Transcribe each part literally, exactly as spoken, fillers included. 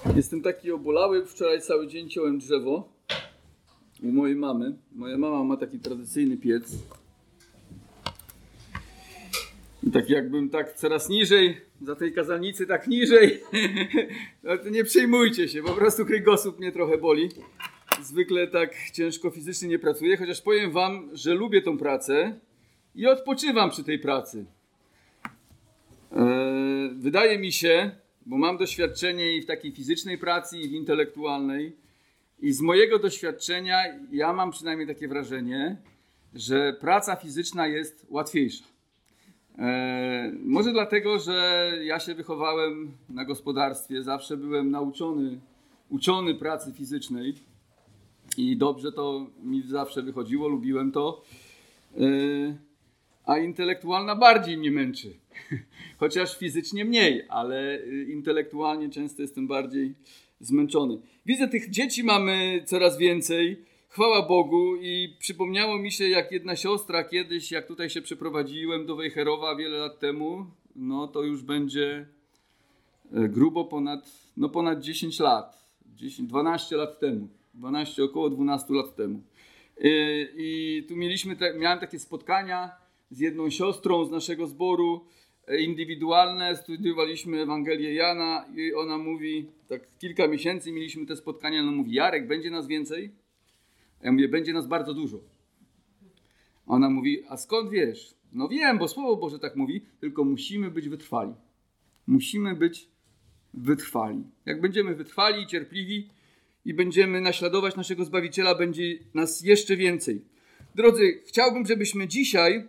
Jestem taki obolały. Wczoraj cały dzień ciąłem drzewo u mojej mamy. Moja mama ma taki tradycyjny piec. I tak jakbym tak coraz niżej, za tej kazalnicy tak niżej. No to nie przejmujcie się, po prostu kręgosłup mnie trochę boli. Zwykle tak ciężko fizycznie nie pracuję, chociaż powiem wam, że lubię tą pracę i odpoczywam przy tej pracy. Eee, wydaje mi się, bo mam doświadczenie i w takiej fizycznej pracy, i w intelektualnej. I z mojego doświadczenia ja mam przynajmniej takie wrażenie, że praca fizyczna jest łatwiejsza. Eee, może dlatego, że ja się wychowałem na gospodarstwie, zawsze byłem nauczony, uczony pracy fizycznej i dobrze to mi zawsze wychodziło, lubiłem to. Eee, a intelektualna bardziej mnie męczy. Chociaż fizycznie mniej, ale intelektualnie często jestem bardziej zmęczony. Widzę, tych dzieci mamy coraz więcej, chwała Bogu, i przypomniało mi się, jak jedna siostra kiedyś, jak tutaj się przeprowadziłem do Wejherowa wiele lat temu, no to już będzie grubo ponad, no ponad dziesięć lat, dziesięć, dwanaście lat temu, dwanaście, około dwanaście lat temu. I, i tu mieliśmy, te, miałem takie spotkania z jedną siostrą z naszego zboru, indywidualne, studiowaliśmy Ewangelię Jana i ona mówi, tak kilka miesięcy mieliśmy te spotkania, ona mówi: Jarek, będzie nas więcej? A ja mówię: będzie nas bardzo dużo. Ona mówi: a skąd wiesz? No wiem, bo Słowo Boże tak mówi, tylko musimy być wytrwali. Musimy być wytrwali. Jak będziemy wytrwali i cierpliwi i będziemy naśladować naszego Zbawiciela, będzie nas jeszcze więcej. Drodzy, chciałbym, żebyśmy dzisiaj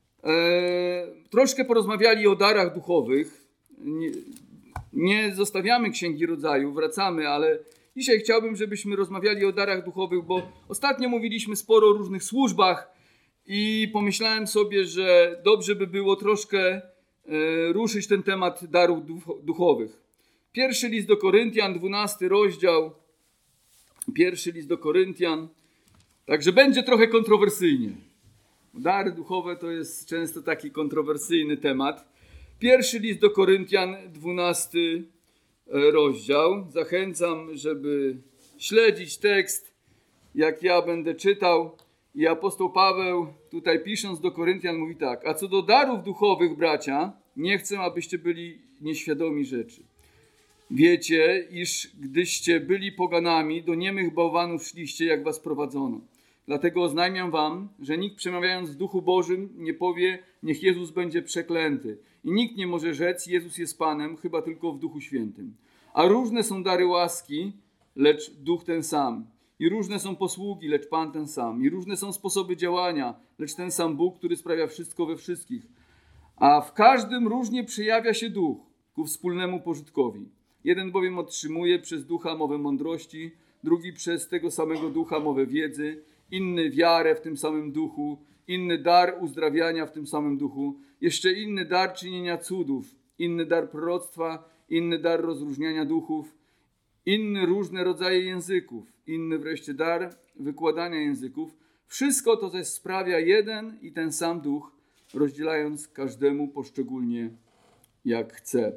E, troszkę porozmawiali o darach duchowych. Nie, nie zostawiamy Księgi Rodzaju, wracamy, ale dzisiaj chciałbym, żebyśmy rozmawiali o darach duchowych, bo ostatnio mówiliśmy sporo o różnych służbach i pomyślałem sobie, że dobrze by było troszkę e, ruszyć ten temat darów duchowych. Pierwszy list do Koryntian, dwunasty rozdział. Pierwszy list do Koryntian. Także będzie trochę kontrowersyjnie. Dary duchowe to jest często taki kontrowersyjny temat. Pierwszy list do Koryntian, dwunasty rozdział. Zachęcam, żeby śledzić tekst, jak ja będę czytał. I apostoł Paweł, tutaj pisząc do Koryntian, mówi tak: a co do darów duchowych, bracia, nie chcę, abyście byli nieświadomi rzeczy. Wiecie, iż gdyście byli poganami, do niemych bałwanów szliście, jak was prowadzono. Dlatego oznajmiam wam, że nikt przemawiając w Duchu Bożym nie powie: niech Jezus będzie przeklęty. I nikt nie może rzec: Jezus jest Panem, chyba tylko w Duchu Świętym. A różne są dary łaski, lecz Duch ten sam. I różne są posługi, lecz Pan ten sam. I różne są sposoby działania, lecz ten sam Bóg, który sprawia wszystko we wszystkich. A w każdym różnie przejawia się Duch ku wspólnemu pożytkowi. Jeden bowiem otrzymuje przez Ducha mowę mądrości, drugi przez tego samego Ducha mowę wiedzy, inny wiarę w tym samym duchu, inny dar uzdrawiania w tym samym duchu, jeszcze inny dar czynienia cudów, inny dar proroctwa, inny dar rozróżniania duchów, inny różne rodzaje języków, inny wreszcie dar wykładania języków. Wszystko to też sprawia jeden i ten sam duch, rozdzielając każdemu poszczególnie jak chce.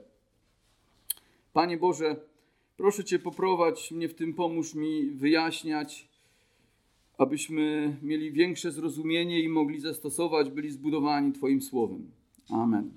Panie Boże, proszę Cię, poprowadź mnie w tym, pomóż mi wyjaśniać, abyśmy mieli większe zrozumienie i mogli zastosować, byli zbudowani Twoim Słowem. Amen.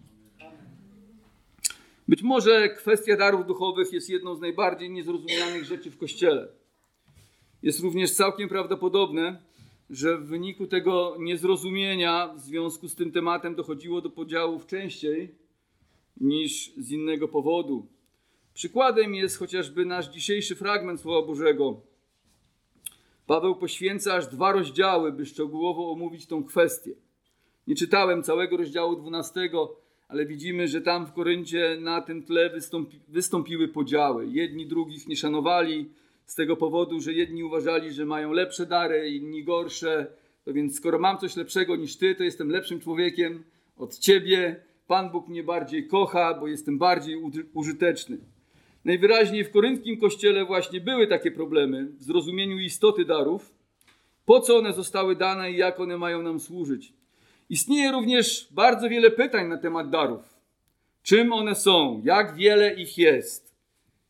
Być może kwestia darów duchowych jest jedną z najbardziej niezrozumianych rzeczy w Kościele. Jest również całkiem prawdopodobne, że w wyniku tego niezrozumienia w związku z tym tematem dochodziło do podziałów częściej niż z innego powodu. Przykładem jest chociażby nasz dzisiejszy fragment Słowa Bożego. Paweł poświęca aż dwa rozdziały, by szczegółowo omówić tą kwestię. Nie czytałem całego rozdziału dwunastego, ale widzimy, że tam w Koryncie na tym tle wystąpi, wystąpiły podziały. Jedni drugich nie szanowali z tego powodu, że jedni uważali, że mają lepsze dary, inni gorsze. To więc skoro mam coś lepszego niż ty, to jestem lepszym człowiekiem od ciebie. Pan Bóg mnie bardziej kocha, bo jestem bardziej użyteczny. Najwyraźniej w korynckim kościele właśnie były takie problemy w zrozumieniu istoty darów, po co one zostały dane i jak one mają nam służyć. Istnieje również bardzo wiele pytań na temat darów. Czym one są? Jak wiele ich jest?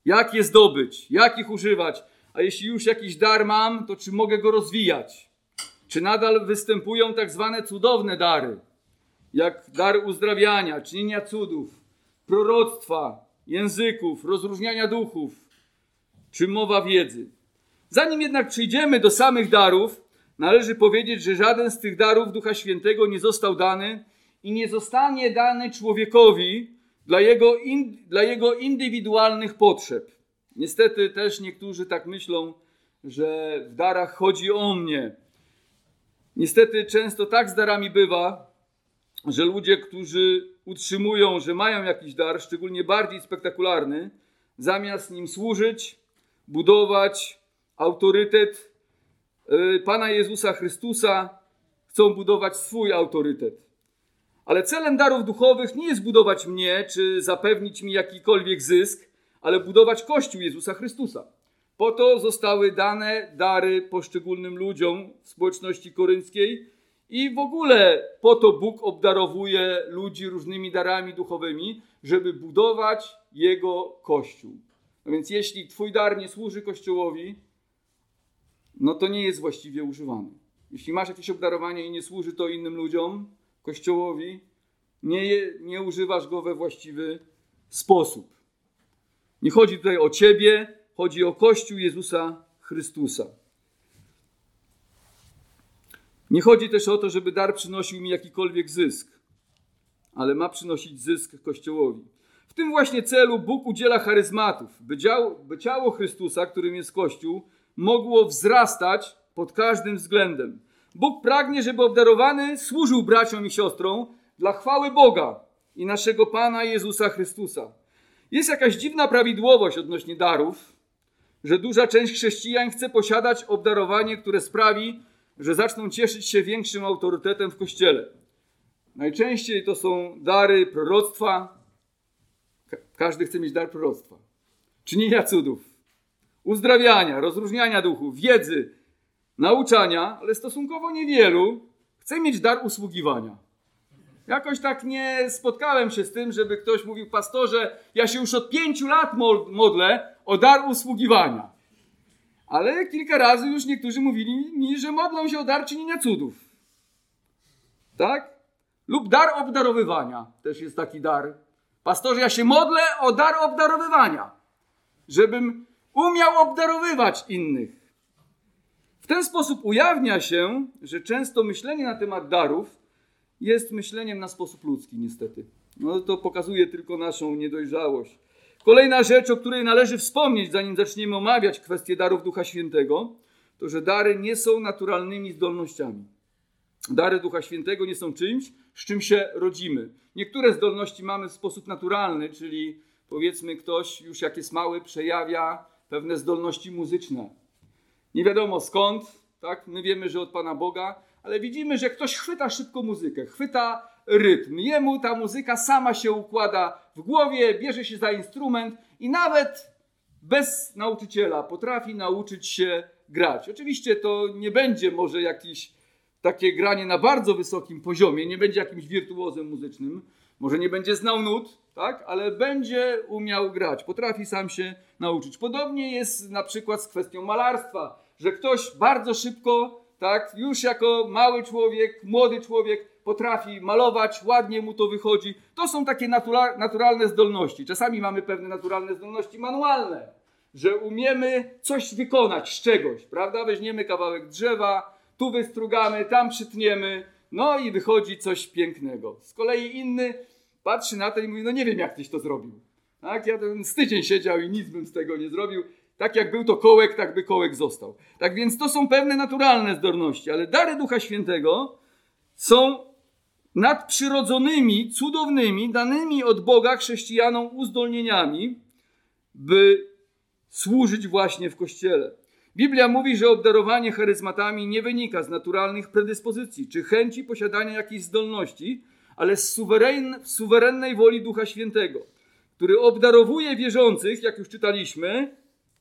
Jak je zdobyć? Jak ich używać? A jeśli już jakiś dar mam, to czy mogę go rozwijać? Czy nadal występują tak zwane cudowne dary, jak dar uzdrawiania, czynienia cudów, proroctwa, języków, rozróżniania duchów, czy mowa wiedzy? Zanim jednak przyjdziemy do samych darów, należy powiedzieć, że żaden z tych darów Ducha Świętego nie został dany i nie zostanie dany człowiekowi dla jego, in, dla jego indywidualnych potrzeb. Niestety też niektórzy tak myślą, że w darach chodzi o mnie. Niestety często tak z darami bywa, że ludzie, którzy utrzymują, że mają jakiś dar, szczególnie bardziej spektakularny, zamiast nim służyć, budować autorytet Pana Jezusa Chrystusa, chcą budować swój autorytet. Ale celem darów duchowych nie jest budować mnie, czy zapewnić mi jakikolwiek zysk, ale budować Kościół Jezusa Chrystusa. Po to zostały dane dary poszczególnym ludziom w społeczności korynckiej i w ogóle po to Bóg obdarowuje ludzi różnymi darami duchowymi, żeby budować Jego Kościół. No więc jeśli twój dar nie służy Kościołowi, no to nie jest właściwie używany. Jeśli masz jakieś obdarowanie i nie służy to innym ludziom, Kościołowi, nie, nie używasz go we właściwy sposób. Nie chodzi tutaj o ciebie, chodzi o Kościół Jezusa Chrystusa. Nie chodzi też o to, żeby dar przynosił mi jakikolwiek zysk, ale ma przynosić zysk Kościołowi. W tym właśnie celu Bóg udziela charyzmatów, by, dział, by ciało Chrystusa, którym jest Kościół, mogło wzrastać pod każdym względem. Bóg pragnie, żeby obdarowany służył braciom i siostrom dla chwały Boga i naszego Pana Jezusa Chrystusa. Jest jakaś dziwna prawidłowość odnośnie darów, że duża część chrześcijan chce posiadać obdarowanie, które sprawi, że zaczną cieszyć się większym autorytetem w Kościele. Najczęściej to są dary proroctwa. Każdy chce mieć dar proroctwa. Czynienia cudów, uzdrawiania, rozróżniania duchów, wiedzy, nauczania, ale stosunkowo niewielu chce mieć dar usługiwania. Jakoś tak nie spotkałem się z tym, żeby ktoś mówił: pastorze, ja się już od pięciu lat modlę o dar usługiwania. Ale kilka razy już niektórzy mówili mi, że modlą się o dar czynienia cudów. Tak? Lub dar obdarowywania. Też jest taki dar. Pastorze, ja się modlę o dar obdarowywania, żebym umiał obdarowywać innych. W ten sposób ujawnia się, że często myślenie na temat darów jest myśleniem na sposób ludzki, niestety. No to pokazuje tylko naszą niedojrzałość. Kolejna rzecz, o której należy wspomnieć, zanim zaczniemy omawiać kwestię darów Ducha Świętego, to że dary nie są naturalnymi zdolnościami. Dary Ducha Świętego nie są czymś, z czym się rodzimy. Niektóre zdolności mamy w sposób naturalny, czyli powiedzmy ktoś już jak jest mały przejawia pewne zdolności muzyczne. Nie wiadomo skąd, tak? My wiemy, że od Pana Boga, ale widzimy, że ktoś chwyta szybko muzykę, chwyta rytm. Jemu ta muzyka sama się układa w głowie, bierze się za instrument i nawet bez nauczyciela potrafi nauczyć się grać. Oczywiście to nie będzie może jakieś takie granie na bardzo wysokim poziomie, nie będzie jakimś wirtuozem muzycznym, może nie będzie znał nut, tak? Ale będzie umiał grać, potrafi sam się nauczyć. Podobnie jest na przykład z kwestią malarstwa, że ktoś bardzo szybko, tak, już jako mały człowiek, młody człowiek potrafi malować, ładnie mu to wychodzi. To są takie natura- naturalne zdolności. Czasami mamy pewne naturalne zdolności manualne, że umiemy coś wykonać z czegoś, prawda? Weźmiemy kawałek drzewa, tu wystrugamy, tam przytniemy, no i wychodzi coś pięknego. Z kolei inny patrzy na to i mówi: no nie wiem, jak tyś to zrobił. Tak? Ja ten z tydzień siedział i nic bym z tego nie zrobił. Tak jak był to kołek, tak by kołek został. Tak więc to są pewne naturalne zdolności, ale dary Ducha Świętego są nadprzyrodzonymi, cudownymi, danymi od Boga chrześcijanom uzdolnieniami, by służyć właśnie w Kościele. Biblia mówi, że obdarowanie charyzmatami nie wynika z naturalnych predyspozycji czy chęci posiadania jakiejś zdolności, ale z suweren, suwerennej woli Ducha Świętego, który obdarowuje wierzących, jak już czytaliśmy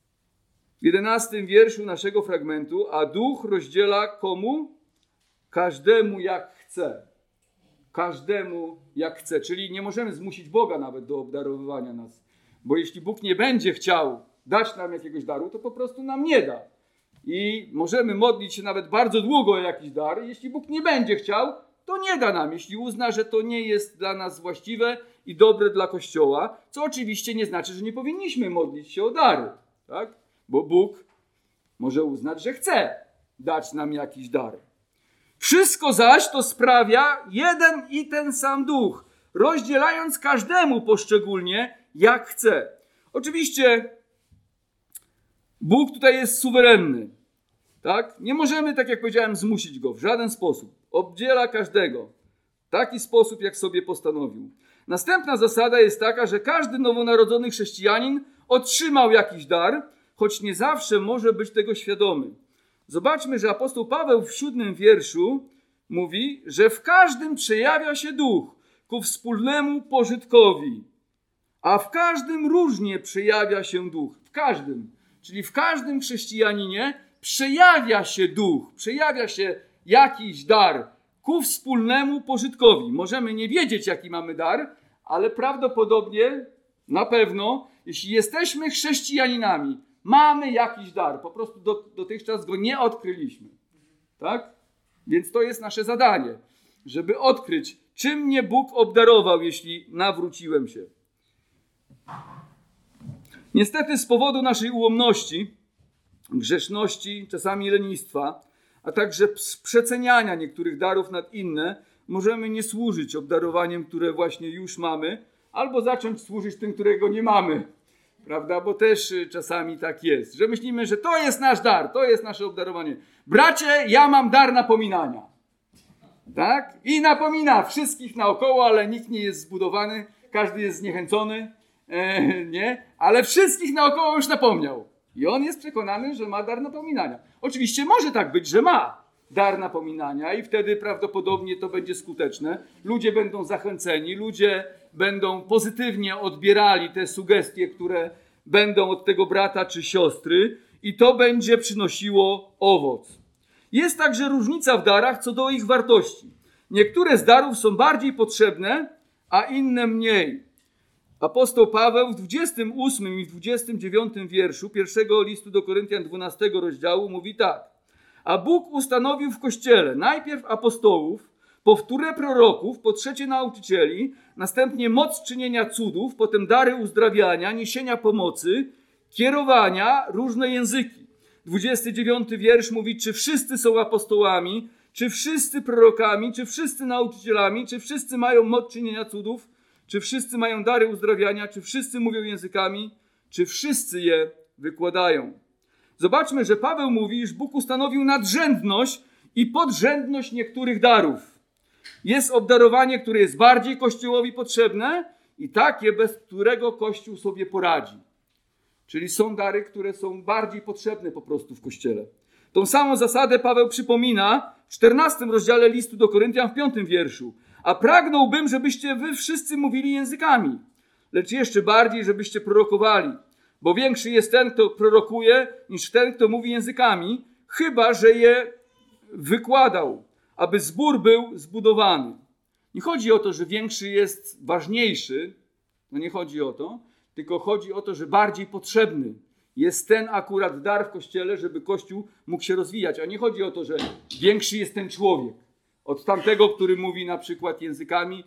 w jedenastym wierszu naszego fragmentu, a Duch rozdziela komu? Każdemu jak chce. Każdemu jak chce. Czyli nie możemy zmusić Boga nawet do obdarowywania nas. Bo jeśli Bóg nie będzie chciał dać nam jakiegoś daru, to po prostu nam nie da. I możemy modlić się nawet bardzo długo o jakiś dar. Jeśli Bóg nie będzie chciał, to nie da nam. Jeśli uzna, że to nie jest dla nas właściwe i dobre dla Kościoła, co oczywiście nie znaczy, że nie powinniśmy modlić się o dary. Tak? Bo Bóg może uznać, że chce dać nam jakiś dar. Wszystko zaś to sprawia jeden i ten sam duch, rozdzielając każdemu poszczególnie jak chce. Oczywiście Bóg tutaj jest suwerenny. Tak? Nie możemy, tak jak powiedziałem, zmusić go w żaden sposób. Obdziela każdego w taki sposób, jak sobie postanowił. Następna zasada jest taka, że każdy nowonarodzony chrześcijanin otrzymał jakiś dar, choć nie zawsze może być tego świadomy. Zobaczmy, że apostoł Paweł w siódmym wierszu mówi, że w każdym przejawia się duch ku wspólnemu pożytkowi, a w każdym różnie przejawia się duch. W każdym, czyli w każdym chrześcijaninie przejawia się duch, przejawia się jakiś dar ku wspólnemu pożytkowi. Możemy nie wiedzieć, jaki mamy dar, ale prawdopodobnie, na pewno, jeśli jesteśmy chrześcijaninami, mamy jakiś dar. Po prostu do, dotychczas go nie odkryliśmy. Tak? Więc to jest nasze zadanie, żeby odkryć, czym mnie Bóg obdarował, jeśli nawróciłem się. Niestety z powodu naszej ułomności, grzeszności, czasami lenistwa, a także przeceniania niektórych darów nad inne, możemy nie służyć obdarowaniem, które właśnie już mamy, albo zacząć służyć tym, którego nie mamy. Prawda? Bo też czasami tak jest, że myślimy, że to jest nasz dar, to jest nasze obdarowanie. Bracie, ja mam dar napominania. Tak? I napomina wszystkich naokoło, ale nikt nie jest zbudowany, każdy jest zniechęcony, e, nie? Ale wszystkich naokoło już napomniał. I on jest przekonany, że ma dar napominania. Oczywiście może tak być, że ma dar napominania i wtedy prawdopodobnie to będzie skuteczne. Ludzie będą zachęceni, ludzie będą pozytywnie odbierali te sugestie, które będą od tego brata czy siostry i to będzie przynosiło owoc. Jest także różnica w darach co do ich wartości. Niektóre z darów są bardziej potrzebne, a inne mniej. Apostoł Paweł w dwudziestym ósmym i w dwudziestym dziewiątym wierszu pierwszego listu do Koryntian dwunastego rozdziału mówi tak. A Bóg ustanowił w Kościele najpierw apostołów, po wtóre proroków, po trzecie nauczycieli, następnie moc czynienia cudów, potem dary uzdrawiania, niesienia pomocy, kierowania, różne języki. dwudziesty dziewiąty wiersz mówi, czy wszyscy są apostołami, czy wszyscy prorokami, czy wszyscy nauczycielami, czy wszyscy mają moc czynienia cudów, czy wszyscy mają dary uzdrawiania, czy wszyscy mówią językami, czy wszyscy je wykładają. Zobaczmy, że Paweł mówi, iż Bóg ustanowił nadrzędność i podrzędność niektórych darów. Jest obdarowanie, które jest bardziej Kościołowi potrzebne i takie, bez którego Kościół sobie poradzi. Czyli są dary, które są bardziej potrzebne po prostu w Kościele. Tą samą zasadę Paweł przypomina w czternastym rozdziale listu do Koryntian w piątym wierszu. A pragnąłbym, żebyście wy wszyscy mówili językami, lecz jeszcze bardziej, żebyście prorokowali. Bo większy jest ten, kto prorokuje, niż ten, kto mówi językami, chyba że je wykładał, aby zbór był zbudowany. Nie chodzi o to, że większy jest ważniejszy, no nie chodzi o to, tylko chodzi o to, że bardziej potrzebny jest ten akurat dar w Kościele, żeby Kościół mógł się rozwijać. A nie chodzi o to, że większy jest ten człowiek od tamtego, który mówi na przykład językami,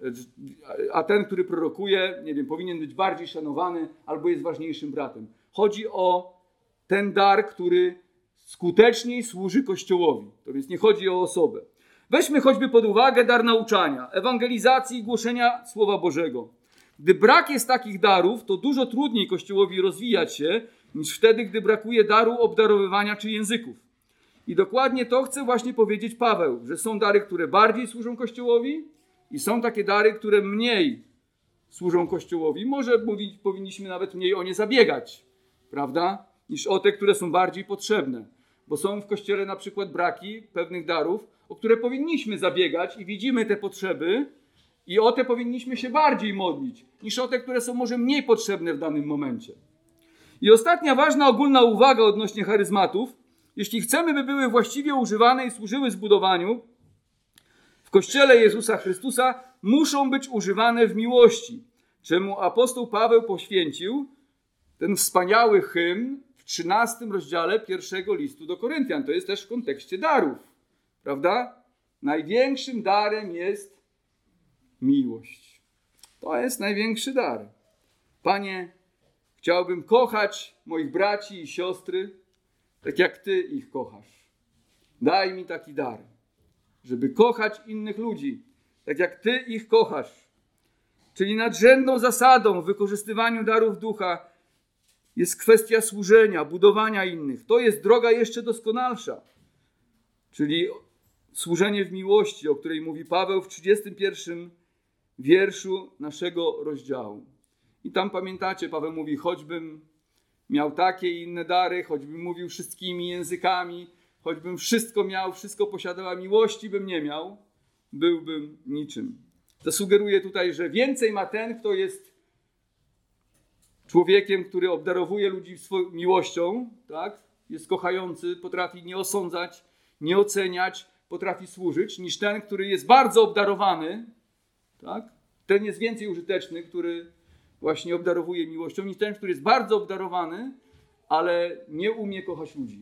a ten, który prorokuje, nie wiem, powinien być bardziej szanowany albo jest ważniejszym bratem. Chodzi o ten dar, który skuteczniej służy Kościołowi. To więc nie chodzi o osobę. Weźmy choćby pod uwagę dar nauczania, ewangelizacji i głoszenia Słowa Bożego. Gdy brak jest takich darów, to dużo trudniej Kościołowi rozwijać się, niż wtedy, gdy brakuje daru obdarowywania czy języków. I dokładnie to chce właśnie powiedzieć Paweł, że są dary, które bardziej służą Kościołowi i są takie dary, które mniej służą Kościołowi. Może mówić, powinniśmy nawet mniej o nie zabiegać, prawda? Niż o te, które są bardziej potrzebne. Bo są w Kościele na przykład braki pewnych darów, o które powinniśmy zabiegać i widzimy te potrzeby i o te powinniśmy się bardziej modlić, niż o te, które są może mniej potrzebne w danym momencie. I ostatnia ważna ogólna uwaga odnośnie charyzmatów. Jeśli chcemy, by były właściwie używane i służyły zbudowaniu, w Kościele Jezusa Chrystusa muszą być używane w miłości. czemu apostoł Paweł poświęcił ten wspaniały hymn w trzynastym rozdziale pierwszego listu do Koryntian. To jest też w kontekście darów, prawda? Największym darem jest miłość. To jest największy dar. Panie, chciałbym kochać moich braci i siostry, tak jak Ty ich kochasz. Daj mi taki dar, żeby kochać innych ludzi, tak jak Ty ich kochasz. Czyli nadrzędną zasadą w wykorzystywaniu darów ducha jest kwestia służenia, budowania innych. To jest droga jeszcze doskonalsza. Czyli służenie w miłości, o której mówi Paweł w trzydziestym pierwszym wierszu naszego rozdziału. I tam pamiętacie, Paweł mówi, choćbym miał takie i inne dary, choćbym mówił wszystkimi językami, choćbym wszystko miał, wszystko posiadał, a miłości bym nie miał, byłbym niczym. To sugeruje tutaj, że więcej ma ten, kto jest człowiekiem, który obdarowuje ludzi swoją miłością, tak? Jest kochający, potrafi nie osądzać, nie oceniać, potrafi służyć, niż ten, który jest bardzo obdarowany, tak? Ten jest więcej użyteczny, który właśnie obdarowuje miłością, niż ten, który jest bardzo obdarowany, ale nie umie kochać ludzi.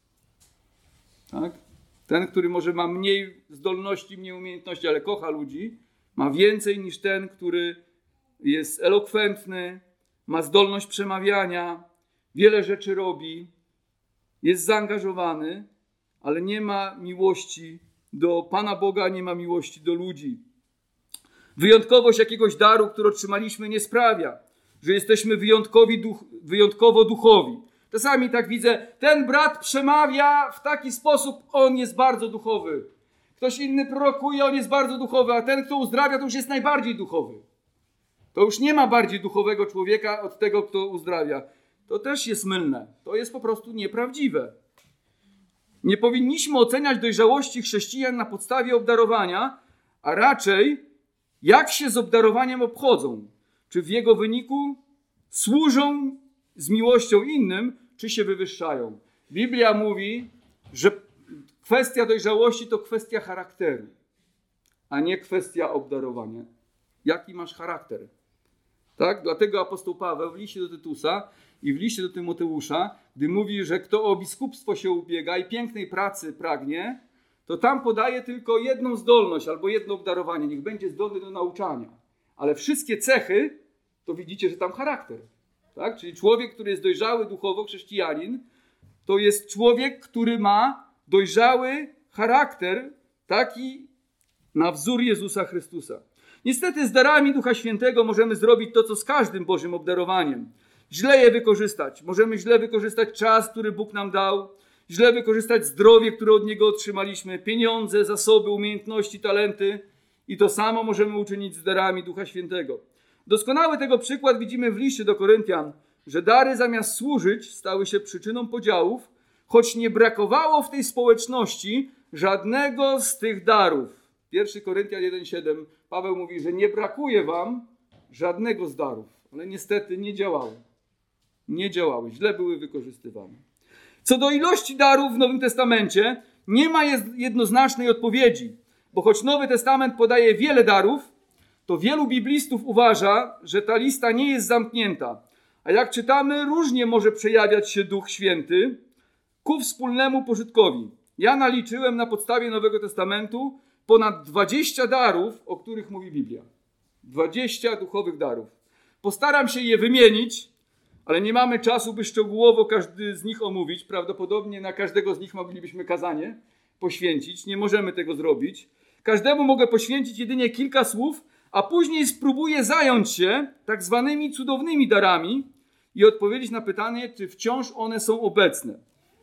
Tak? Ten, który może ma mniej zdolności, mniej umiejętności, ale kocha ludzi, ma więcej niż ten, który jest elokwentny, ma zdolność przemawiania, wiele rzeczy robi, jest zaangażowany, ale nie ma miłości do Pana Boga, nie ma miłości do ludzi. Wyjątkowość jakiegoś daru, który otrzymaliśmy, nie sprawia, że jesteśmy wyjątkowi duch, wyjątkowo duchowi. Czasami tak widzę, ten brat przemawia w taki sposób, on jest bardzo duchowy. Ktoś inny prorokuje, on jest bardzo duchowy, a ten, kto uzdrawia, to już jest najbardziej duchowy. To już nie ma bardziej duchowego człowieka od tego, kto uzdrawia. To też jest mylne. To jest po prostu nieprawdziwe. Nie powinniśmy oceniać dojrzałości chrześcijan na podstawie obdarowania, a raczej jak się z obdarowaniem obchodzą. Czy w jego wyniku służą z miłością innym, czy się wywyższają. Biblia mówi, że kwestia dojrzałości to kwestia charakteru, a nie kwestia obdarowania. Jaki masz charakter? Tak? Dlatego apostoł Paweł w liście do Tytusa i w liście do Tymoteusza, gdy mówi, że kto o biskupstwo się ubiega i pięknej pracy pragnie, to tam podaje tylko jedną zdolność albo jedno obdarowanie. Niech będzie zdolny do nauczania. Ale wszystkie cechy, to widzicie, że tam charakter. Tak? Czyli człowiek, który jest dojrzały duchowo, chrześcijanin, to jest człowiek, który ma dojrzały charakter, taki na wzór Jezusa Chrystusa. Niestety z darami Ducha Świętego możemy zrobić to, co z każdym Bożym obdarowaniem. Źle je wykorzystać. Możemy źle wykorzystać czas, który Bóg nam dał, źle wykorzystać zdrowie, które od Niego otrzymaliśmy, pieniądze, zasoby, umiejętności, talenty. I to samo możemy uczynić z darami Ducha Świętego. Doskonały tego przykład widzimy w liście do Koryntian, że dary zamiast służyć stały się przyczyną podziałów, choć nie brakowało w tej społeczności żadnego z tych darów. pierwszy Koryntian jeden siedem Paweł mówi, że nie brakuje wam żadnego z darów, ale niestety nie działały. Nie działały, źle były wykorzystywane. Co do ilości darów w Nowym Testamencie nie ma jednoznacznej odpowiedzi, bo choć Nowy Testament podaje wiele darów, to wielu biblistów uważa, że ta lista nie jest zamknięta. A jak czytamy, różnie może przejawiać się Duch Święty ku wspólnemu pożytkowi. Ja naliczyłem na podstawie Nowego Testamentu ponad dwadzieścia darów, o których mówi Biblia. dwadzieścia duchowych darów. Postaram się je wymienić, ale nie mamy czasu, by szczegółowo każdy z nich omówić. Prawdopodobnie na każdego z nich moglibyśmy kazanie poświęcić. Nie możemy tego zrobić. Każdemu mogę poświęcić jedynie kilka słów, a później spróbuję zająć się tak zwanymi cudownymi darami i odpowiedzieć na pytanie, czy wciąż one są obecne.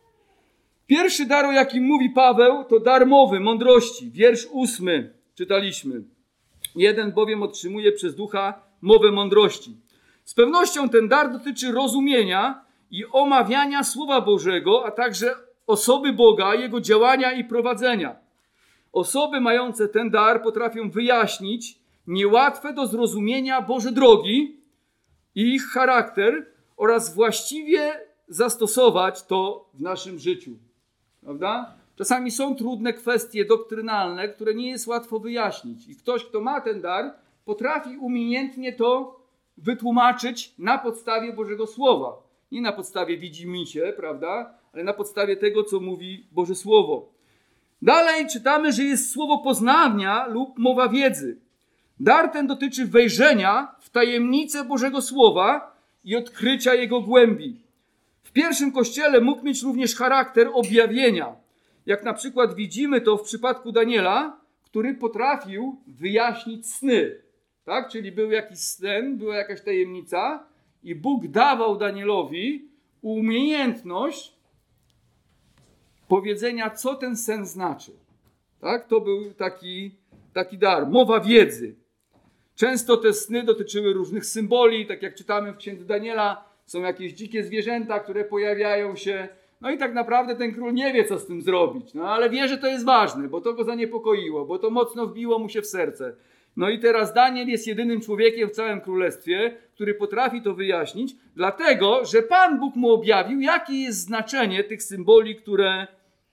Pierwszy dar, o jakim mówi Paweł, to dar mowy, mądrości. Wiersz ósmy czytaliśmy. Jeden bowiem otrzymuje przez ducha mowę mądrości. Z pewnością ten dar dotyczy rozumienia i omawiania Słowa Bożego, a także osoby Boga, Jego działania i prowadzenia. Osoby mające ten dar potrafią wyjaśnić niełatwe do zrozumienia Boże drogi i ich charakter oraz właściwie zastosować to w naszym życiu. Prawda? Czasami są trudne kwestie doktrynalne, które nie jest łatwo wyjaśnić. I ktoś, kto ma ten dar, potrafi umiejętnie to wytłumaczyć na podstawie Bożego Słowa. Nie na podstawie widzimisię, prawda? Ale na podstawie tego, co mówi Boże Słowo. Dalej czytamy, że jest słowo poznania lub mowa wiedzy. Dar ten dotyczy wejrzenia w tajemnicę Bożego Słowa i odkrycia jego głębi. W pierwszym kościele mógł mieć również charakter objawienia. Jak na przykład widzimy to w przypadku Daniela, który potrafił wyjaśnić sny. Tak? Czyli był jakiś sen, była jakaś tajemnica i Bóg dawał Danielowi umiejętność powiedzenia, co ten sen znaczy. Tak? To był taki, taki dar, mowa wiedzy. Często te sny dotyczyły różnych symboli, tak jak czytamy w księdze Daniela, są jakieś dzikie zwierzęta, które pojawiają się. No i tak naprawdę ten król nie wie, co z tym zrobić. No ale wie, że to jest ważne, bo to go zaniepokoiło, bo to mocno wbiło mu się w serce. No i teraz Daniel jest jedynym człowiekiem w całym królestwie, który potrafi to wyjaśnić, dlatego, że Pan Bóg mu objawił, jakie jest znaczenie tych symboli, które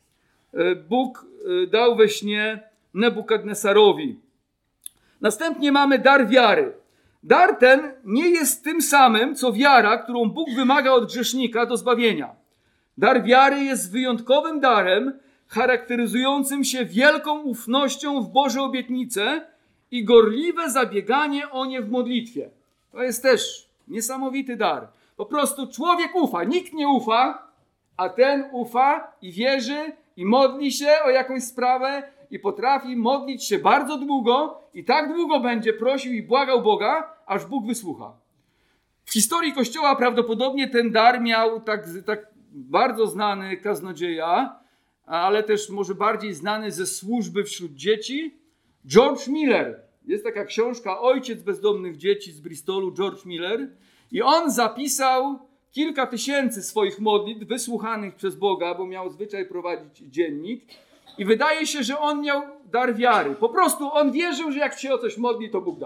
Bóg dał we śnie Nebukadnesarowi. Następnie mamy dar wiary. Dar ten nie jest tym samym, co wiara, którą Bóg wymaga od grzesznika do zbawienia. Dar wiary jest wyjątkowym darem, charakteryzującym się wielką ufnością w Boże obietnice i gorliwe zabieganie o nie w modlitwie. To jest też niesamowity dar. Po prostu człowiek ufa, nikt nie ufa, a ten ufa i wierzy i modli się o jakąś sprawę i potrafi modlić się bardzo długo i tak długo będzie prosił i błagał Boga, aż Bóg wysłucha. W historii Kościoła prawdopodobnie ten dar miał tak, tak bardzo znany kaznodzieja, ale też może bardziej znany ze służby wśród dzieci, George Miller. Jest taka książka Ojciec bezdomnych dzieci z Bristolu, George Miller. I on zapisał kilka tysięcy swoich modlitw wysłuchanych przez Boga, bo miał zwyczaj prowadzić dziennik. I wydaje się, że on miał dar wiary. Po prostu on wierzył, że jak się o coś modli, to Bóg da.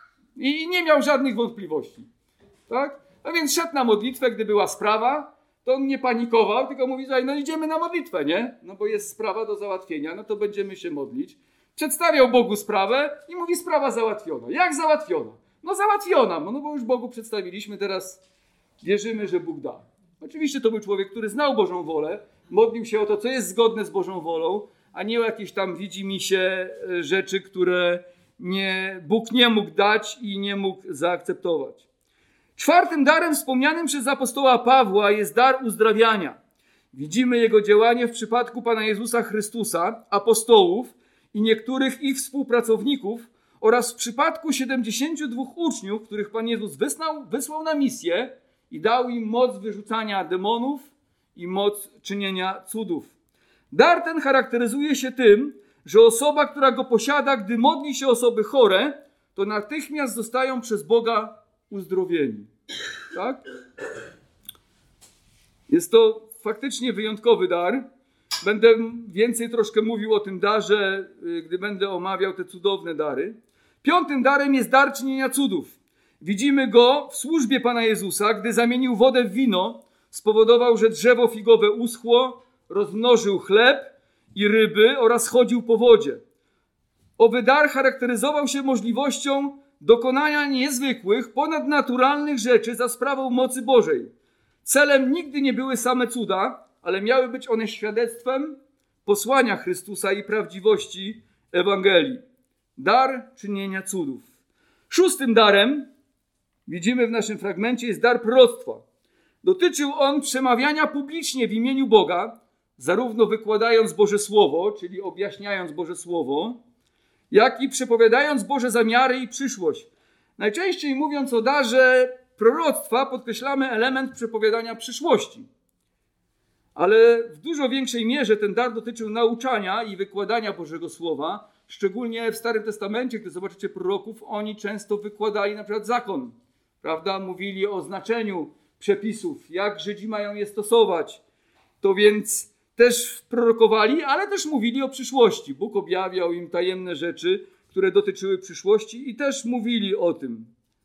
I nie miał żadnych wątpliwości. Tak? A więc szedł na modlitwę, gdy była sprawa, to on nie panikował, tylko mówi, że no idziemy na modlitwę, nie? No bo jest sprawa do załatwienia, no to będziemy się modlić. Przedstawiał Bogu sprawę i mówi, sprawa załatwiona. Jak załatwiona? No załatwiona, no bo już Bogu przedstawiliśmy, teraz wierzymy, że Bóg da. Oczywiście to był człowiek, który znał Bożą wolę, modlił się o to, co jest zgodne z Bożą wolą, a nie o jakieś tam widzimisię rzeczy, które nie, Bóg nie mógł dać i nie mógł zaakceptować. Czwartym darem wspomnianym przez apostoła Pawła jest dar uzdrawiania. Widzimy jego działanie w przypadku Pana Jezusa Chrystusa, apostołów i niektórych ich współpracowników oraz w przypadku siedemdziesięciu dwóch uczniów, których Pan Jezus wysłał, wysłał na misję i dał im moc wyrzucania demonów i moc czynienia cudów. Dar ten charakteryzuje się tym, że osoba, która go posiada, gdy modli się osoby chore, to natychmiast zostają przez Boga uzdrowieni. Tak? Jest to faktycznie wyjątkowy dar. Będę więcej troszkę mówił o tym darze, gdy będę omawiał te cudowne dary. Piątym darem jest dar czynienia cudów. Widzimy go w służbie Pana Jezusa, gdy zamienił wodę w wino, spowodował, że drzewo figowe uschło, rozmnożył chleb i ryby oraz chodził po wodzie. Owy dar charakteryzował się możliwością dokonania niezwykłych, ponadnaturalnych rzeczy za sprawą mocy Bożej. Celem nigdy nie były same cuda, ale miały być one świadectwem posłania Chrystusa i prawdziwości Ewangelii. Dar czynienia cudów. Szóstym darem, widzimy w naszym fragmencie, jest dar proroctwa. Dotyczył on przemawiania publicznie w imieniu Boga, zarówno wykładając Boże Słowo, czyli objaśniając Boże Słowo, jak i przepowiadając Boże zamiary i przyszłość. Najczęściej mówiąc o darze proroctwa, podkreślamy element przepowiadania przyszłości. Ale w dużo większej mierze ten dar dotyczył nauczania i wykładania Bożego Słowa. Szczególnie w Starym Testamencie, gdy zobaczycie proroków, oni często wykładali na przykład zakon. Prawda? Mówili o znaczeniu przepisów, jak Żydzi mają je stosować. To więc też prorokowali, ale też mówili o przyszłości. Bóg objawiał im tajemne rzeczy, które dotyczyły przyszłości i też mówili o tym.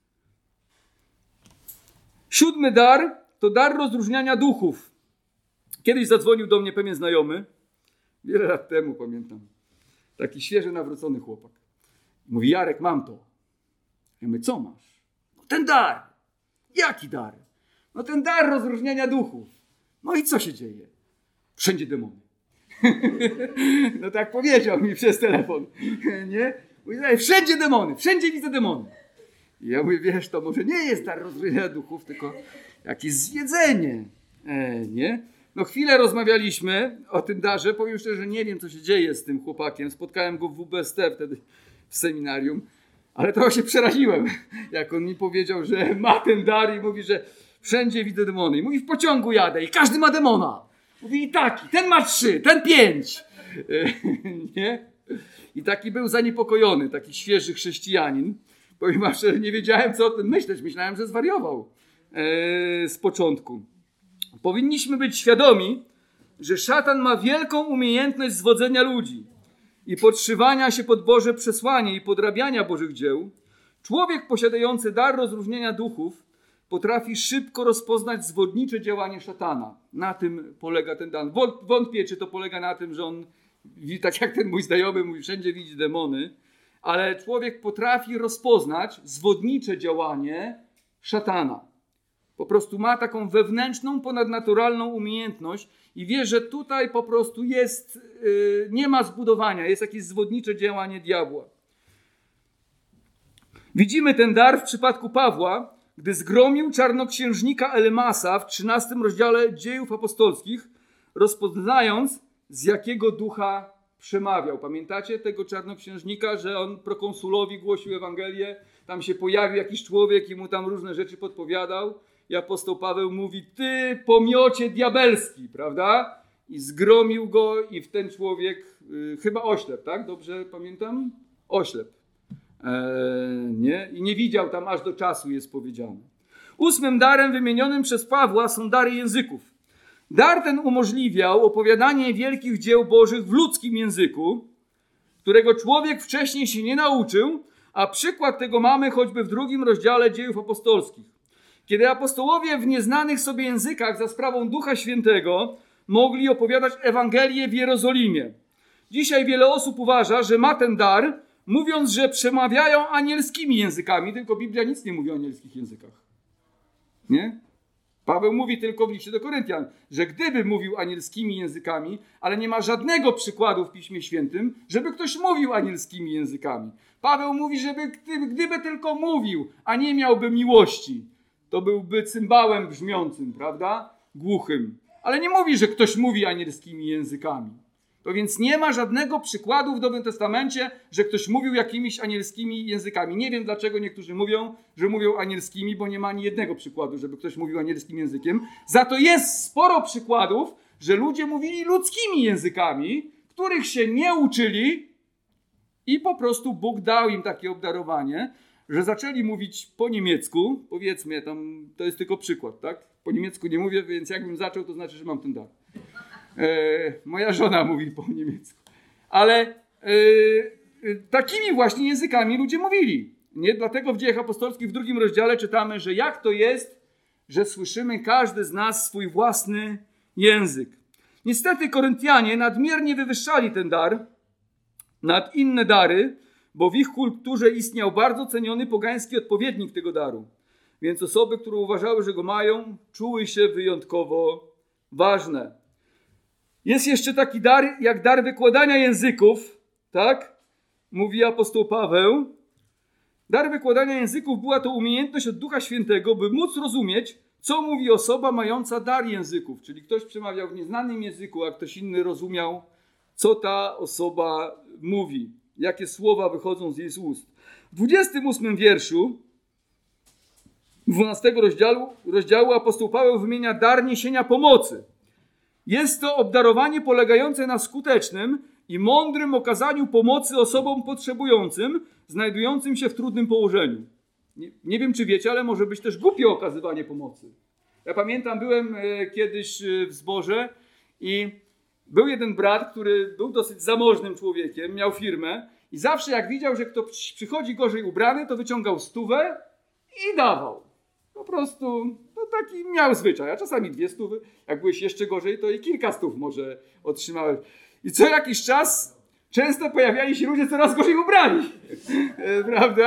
Siódmy dar to dar rozróżniania duchów. Kiedyś zadzwonił do mnie pewien znajomy, wiele lat temu pamiętam, taki świeżo nawrócony chłopak. Mówi, Jarek, mam to. Ja mówię, co masz? Ten dar. Jaki dar? No ten dar rozróżniania duchów. No i co się dzieje? Wszędzie demony. No tak powiedział mi przez telefon. Nie? Mówi, wszędzie demony, wszędzie widzę demony. I ja mówię, wiesz, to może nie jest dar rozróżniania duchów, tylko jakieś zwiedzenie. E, nie? No chwilę rozmawialiśmy o tym darze. Powiem szczerze, że nie wiem, co się dzieje z tym chłopakiem. Spotkałem go w W B S T wtedy w seminarium. Ale trochę się przeraziłem, jak on mi powiedział, że ma ten dar i mówi, że wszędzie widzę demony. I mówi, w pociągu jadę i każdy ma demona. Mówi, i taki, ten ma trzy, ten pięć. Nie? I taki był zaniepokojony, taki świeży chrześcijanin. Powiem wam szczerze, nie wiedziałem, co o tym myśleć. Myślałem, że zwariował e, z początku. Powinniśmy być świadomi, że szatan ma wielką umiejętność zwodzenia ludzi i podszywania się pod Boże przesłanie i podrabiania Bożych dzieł. Człowiek posiadający dar rozróżnienia duchów potrafi szybko rozpoznać zwodnicze działanie szatana. Na tym polega ten dar. Wątpię, czy to polega na tym, że on, tak jak ten mój znajomy mówi, wszędzie widzi demony, ale człowiek potrafi rozpoznać zwodnicze działanie szatana. Po prostu ma taką wewnętrzną, ponadnaturalną umiejętność i wie, że tutaj po prostu jest, yy, nie ma zbudowania, jest jakieś zwodnicze działanie diabła. Widzimy ten dar w przypadku Pawła, gdy zgromił czarnoksiężnika Elymasa w trzynastym rozdziale Dziejów Apostolskich, rozpoznając, z jakiego ducha przemawiał. Pamiętacie tego czarnoksiężnika, że on prokonsulowi głosił Ewangelię, tam się pojawił jakiś człowiek i mu tam różne rzeczy podpowiadał. I apostoł Paweł mówi, ty pomiocie diabelski, prawda? I zgromił go i w ten człowiek, yy, chyba oślep, tak? Dobrze pamiętam? Oślep. Eee, nie? I nie widział tam aż do czasu, jest powiedziane. Ósmym darem wymienionym przez Pawła są dary języków. Dar ten umożliwiał opowiadanie wielkich dzieł Bożych w ludzkim języku, którego człowiek wcześniej się nie nauczył, a przykład tego mamy choćby w drugim rozdziale Dziejów Apostolskich. Kiedy apostołowie w nieznanych sobie językach za sprawą Ducha Świętego mogli opowiadać Ewangelię w Jerozolimie. Dzisiaj wiele osób uważa, że ma ten dar, mówiąc, że przemawiają anielskimi językami, tylko Biblia nic nie mówi o anielskich językach. Nie? Paweł mówi tylko w liście do Koryntian, że gdyby mówił anielskimi językami, ale nie ma żadnego przykładu w Piśmie Świętym, żeby ktoś mówił anielskimi językami. Paweł mówi, żeby gdyby, gdyby tylko mówił, a nie miałby miłości, to byłby cymbałem brzmiącym, prawda? Głuchym. Ale nie mówi, że ktoś mówi anielskimi językami. To więc nie ma żadnego przykładu w Nowym Testamencie, że ktoś mówił jakimiś anielskimi językami. Nie wiem, dlaczego niektórzy mówią, że mówią anielskimi, bo nie ma ani jednego przykładu, żeby ktoś mówił anielskim językiem. Za to jest sporo przykładów, że ludzie mówili ludzkimi językami, których się nie uczyli i po prostu Bóg dał im takie obdarowanie, że zaczęli mówić po niemiecku, powiedzmy, tam, to jest tylko przykład, tak? Po niemiecku nie mówię, więc jakbym zaczął, to znaczy, że mam ten dar. E, moja żona mówi po niemiecku. Ale e, e, takimi właśnie językami ludzie mówili. Nie? Dlatego w Dziejach Apostolskich w drugim rozdziale czytamy, że jak to jest, że słyszymy każdy z nas swój własny język. Niestety Koryntianie nadmiernie wywyższali ten dar nad inne dary, bo w ich kulturze istniał bardzo ceniony pogański odpowiednik tego daru. Więc osoby, które uważały, że go mają, czuły się wyjątkowo ważne. Jest jeszcze taki dar, jak dar wykładania języków, tak? Mówi apostoł Paweł. Dar wykładania języków była to umiejętność od Ducha Świętego, by móc rozumieć, co mówi osoba mająca dar języków. Czyli ktoś przemawiał w nieznanym języku, a ktoś inny rozumiał, co ta osoba mówi. Jakie słowa wychodzą z jej ust. W dwudziestym ósmym wierszu dwunastego rozdziału, rozdziału apostoł Paweł wymienia dar niesienia pomocy. Jest to obdarowanie polegające na skutecznym i mądrym okazaniu pomocy osobom potrzebującym, znajdującym się w trudnym położeniu. Nie, nie wiem, czy wiecie, ale może być też głupie okazywanie pomocy. Ja pamiętam, byłem e, kiedyś w zborze i był jeden brat, który był dosyć zamożnym człowiekiem, miał firmę i zawsze jak widział, że ktoś przychodzi gorzej ubrany, to wyciągał stówę i dawał. Po prostu no taki miał zwyczaj, a czasami dwie stówy. Jak byłeś jeszcze gorzej, to i kilka stów może otrzymałeś. I co jakiś czas często pojawiali się ludzie coraz gorzej ubrani. Prawda?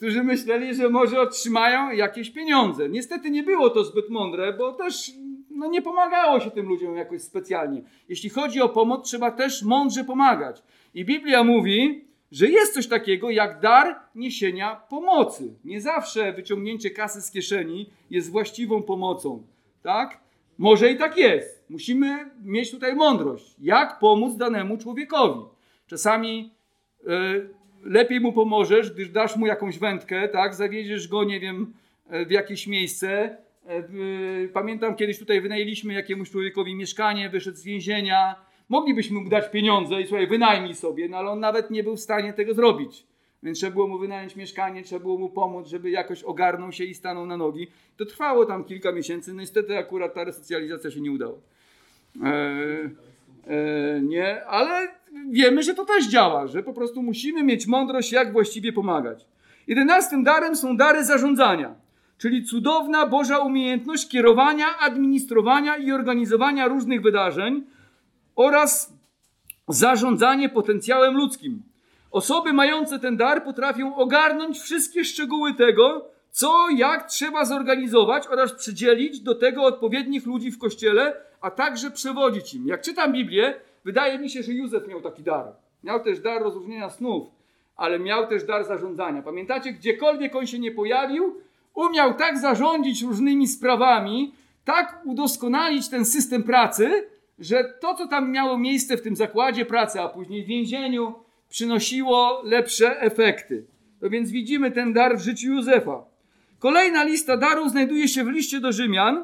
którzy myśleli, że może otrzymają jakieś pieniądze. Niestety nie było to zbyt mądre, bo też no, nie pomagało się tym ludziom jakoś specjalnie. Jeśli chodzi o pomoc, trzeba też mądrze pomagać. I Biblia mówi, że jest coś takiego jak dar niesienia pomocy. Nie zawsze wyciągnięcie kasy z kieszeni jest właściwą pomocą. Tak? Może i tak jest. Musimy mieć tutaj mądrość. Jak pomóc danemu człowiekowi? Czasami y, lepiej mu pomożesz, gdyż dasz mu jakąś wędkę, tak? Zawiedziesz go, nie wiem, w jakieś miejsce. Y, pamiętam, kiedyś tutaj wynajęliśmy jakiemuś człowiekowi mieszkanie, wyszedł z więzienia. Moglibyśmy mu dać pieniądze i słuchaj, wynajmij sobie, no ale on nawet nie był w stanie tego zrobić. Więc trzeba było mu wynająć mieszkanie, trzeba było mu pomóc, żeby jakoś ogarnął się i stanął na nogi. To trwało tam kilka miesięcy, no niestety akurat ta resocjalizacja się nie udała. Eee, e, nie, ale wiemy, że to też działa, że po prostu musimy mieć mądrość, jak właściwie pomagać. Jedenastym darem są dary zarządzania, czyli cudowna Boża umiejętność kierowania, administrowania i organizowania różnych wydarzeń oraz zarządzanie potencjałem ludzkim. Osoby mające ten dar potrafią ogarnąć wszystkie szczegóły tego, co, jak trzeba zorganizować oraz przydzielić do tego odpowiednich ludzi w Kościele, a także przewodzić im. Jak czytam Biblię, wydaje mi się, że Józef miał taki dar. Miał też dar rozróżnienia snów, ale miał też dar zarządzania. Pamiętacie, gdziekolwiek on się nie pojawił, umiał tak zarządzić różnymi sprawami, tak udoskonalić ten system pracy, że to, co tam miało miejsce w tym zakładzie pracy, a później w więzieniu, przynosiło lepsze efekty. No więc widzimy ten dar w życiu Józefa. Kolejna lista darów znajduje się w liście do Rzymian,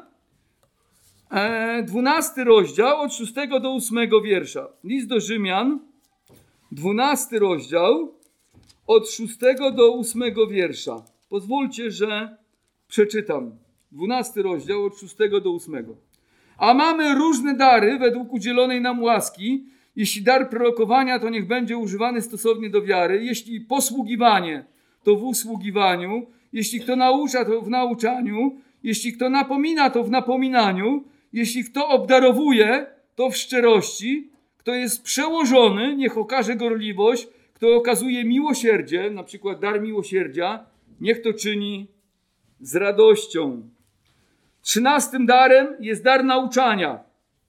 dwunasty rozdział, od szóstego do ósmego wiersza. List do Rzymian, dwunasty rozdział, od szóstego do ósmego wiersza. Pozwólcie, że przeczytam. dwunasty rozdział, od szóstego do ósmego. A mamy różne dary według udzielonej nam łaski. Jeśli dar prorokowania, to niech będzie używany stosownie do wiary. Jeśli posługiwanie, to w usługiwaniu. Jeśli kto naucza, to w nauczaniu. Jeśli kto napomina, to w napominaniu. Jeśli kto obdarowuje, to w szczerości. Kto jest przełożony, niech okaże gorliwość. Kto okazuje miłosierdzie, na przykład dar miłosierdzia, niech to czyni z radością. Trzynastym darem jest dar nauczania.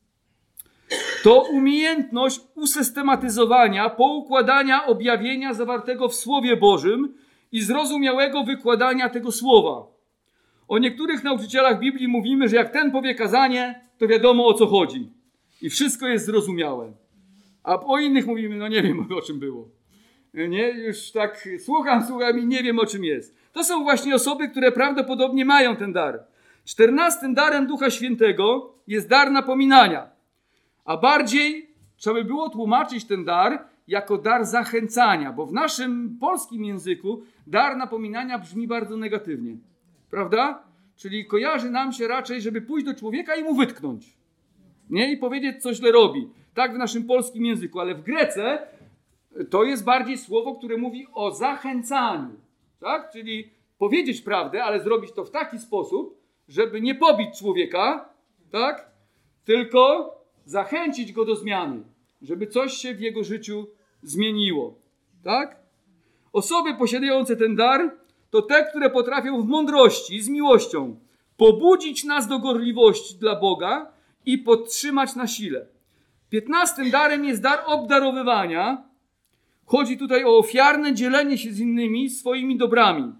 To umiejętność usystematyzowania, poukładania objawienia zawartego w Słowie Bożym i zrozumiałego wykładania tego Słowa. O niektórych nauczycielach Biblii mówimy, że jak ten powie kazanie, to wiadomo, o co chodzi. I wszystko jest zrozumiałe. A o innych mówimy, no nie wiem, o czym było. Nie, już tak słucham, słucham i nie wiem, o czym jest. To są właśnie osoby, które prawdopodobnie mają ten dar. Czternastym darem Ducha Świętego jest dar napominania. A bardziej trzeba by było tłumaczyć ten dar jako dar zachęcania, bo w naszym polskim języku dar napominania brzmi bardzo negatywnie. Prawda? Czyli kojarzy nam się raczej, żeby pójść do człowieka i mu wytknąć. Nie? I powiedzieć, co źle robi. Tak w naszym polskim języku, ale w Grece to jest bardziej słowo, które mówi o zachęcaniu. Tak? Czyli powiedzieć prawdę, ale zrobić to w taki sposób, żeby nie pobić człowieka, tak? Tylko zachęcić go do zmiany, żeby coś się w jego życiu zmieniło. Tak? Osoby posiadające ten dar to te, które potrafią w mądrości, z miłością pobudzić nas do gorliwości dla Boga i podtrzymać na sile. Piętnastym darem jest dar obdarowywania. Chodzi tutaj o ofiarne dzielenie się z innymi swoimi dobrami.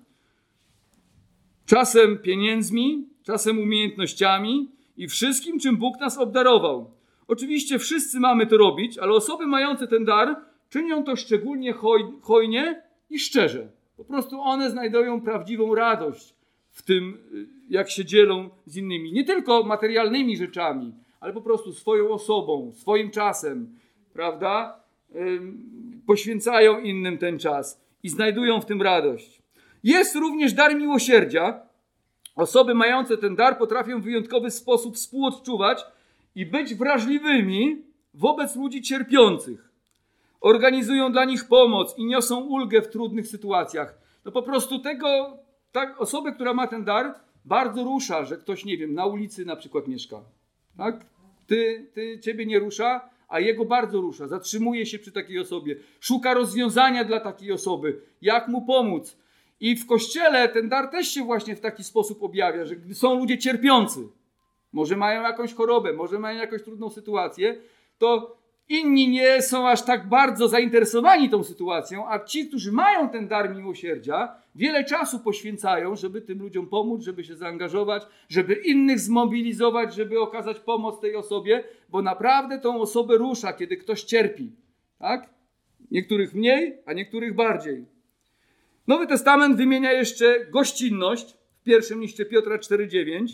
Czasem pieniędzmi, czasem umiejętnościami i wszystkim, czym Bóg nas obdarował. Oczywiście wszyscy mamy to robić, ale osoby mające ten dar czynią to szczególnie hoj, hojnie i szczerze. Po prostu one znajdują prawdziwą radość w tym, jak się dzielą z innymi. Nie tylko materialnymi rzeczami, ale po prostu swoją osobą, swoim czasem, prawda? Ym, poświęcają innym ten czas i znajdują w tym radość. Jest również dar miłosierdzia. Osoby mające ten dar potrafią w wyjątkowy sposób współodczuwać i być wrażliwymi wobec ludzi cierpiących. Organizują dla nich pomoc i niosą ulgę w trudnych sytuacjach. No po prostu tego, tak, osobę, która ma ten dar, bardzo rusza, że ktoś, nie wiem, na ulicy na przykład mieszka. Tak? Ty, ty, ciebie nie rusza, a jego bardzo rusza. Zatrzymuje się przy takiej osobie. Szuka rozwiązania dla takiej osoby. Jak mu pomóc. I w Kościele ten dar też się właśnie w taki sposób objawia, że gdy są ludzie cierpiący, może mają jakąś chorobę, może mają jakąś trudną sytuację, to inni nie są aż tak bardzo zainteresowani tą sytuacją, a ci, którzy mają ten dar miłosierdzia, wiele czasu poświęcają, żeby tym ludziom pomóc, żeby się zaangażować, żeby innych zmobilizować, żeby okazać pomoc tej osobie, bo naprawdę tą osobę rusza, kiedy ktoś cierpi. Tak? Niektórych mniej, a niektórych bardziej. Nowy Testament wymienia jeszcze gościnność w pierwszym liście Piotra cztery dziewięć,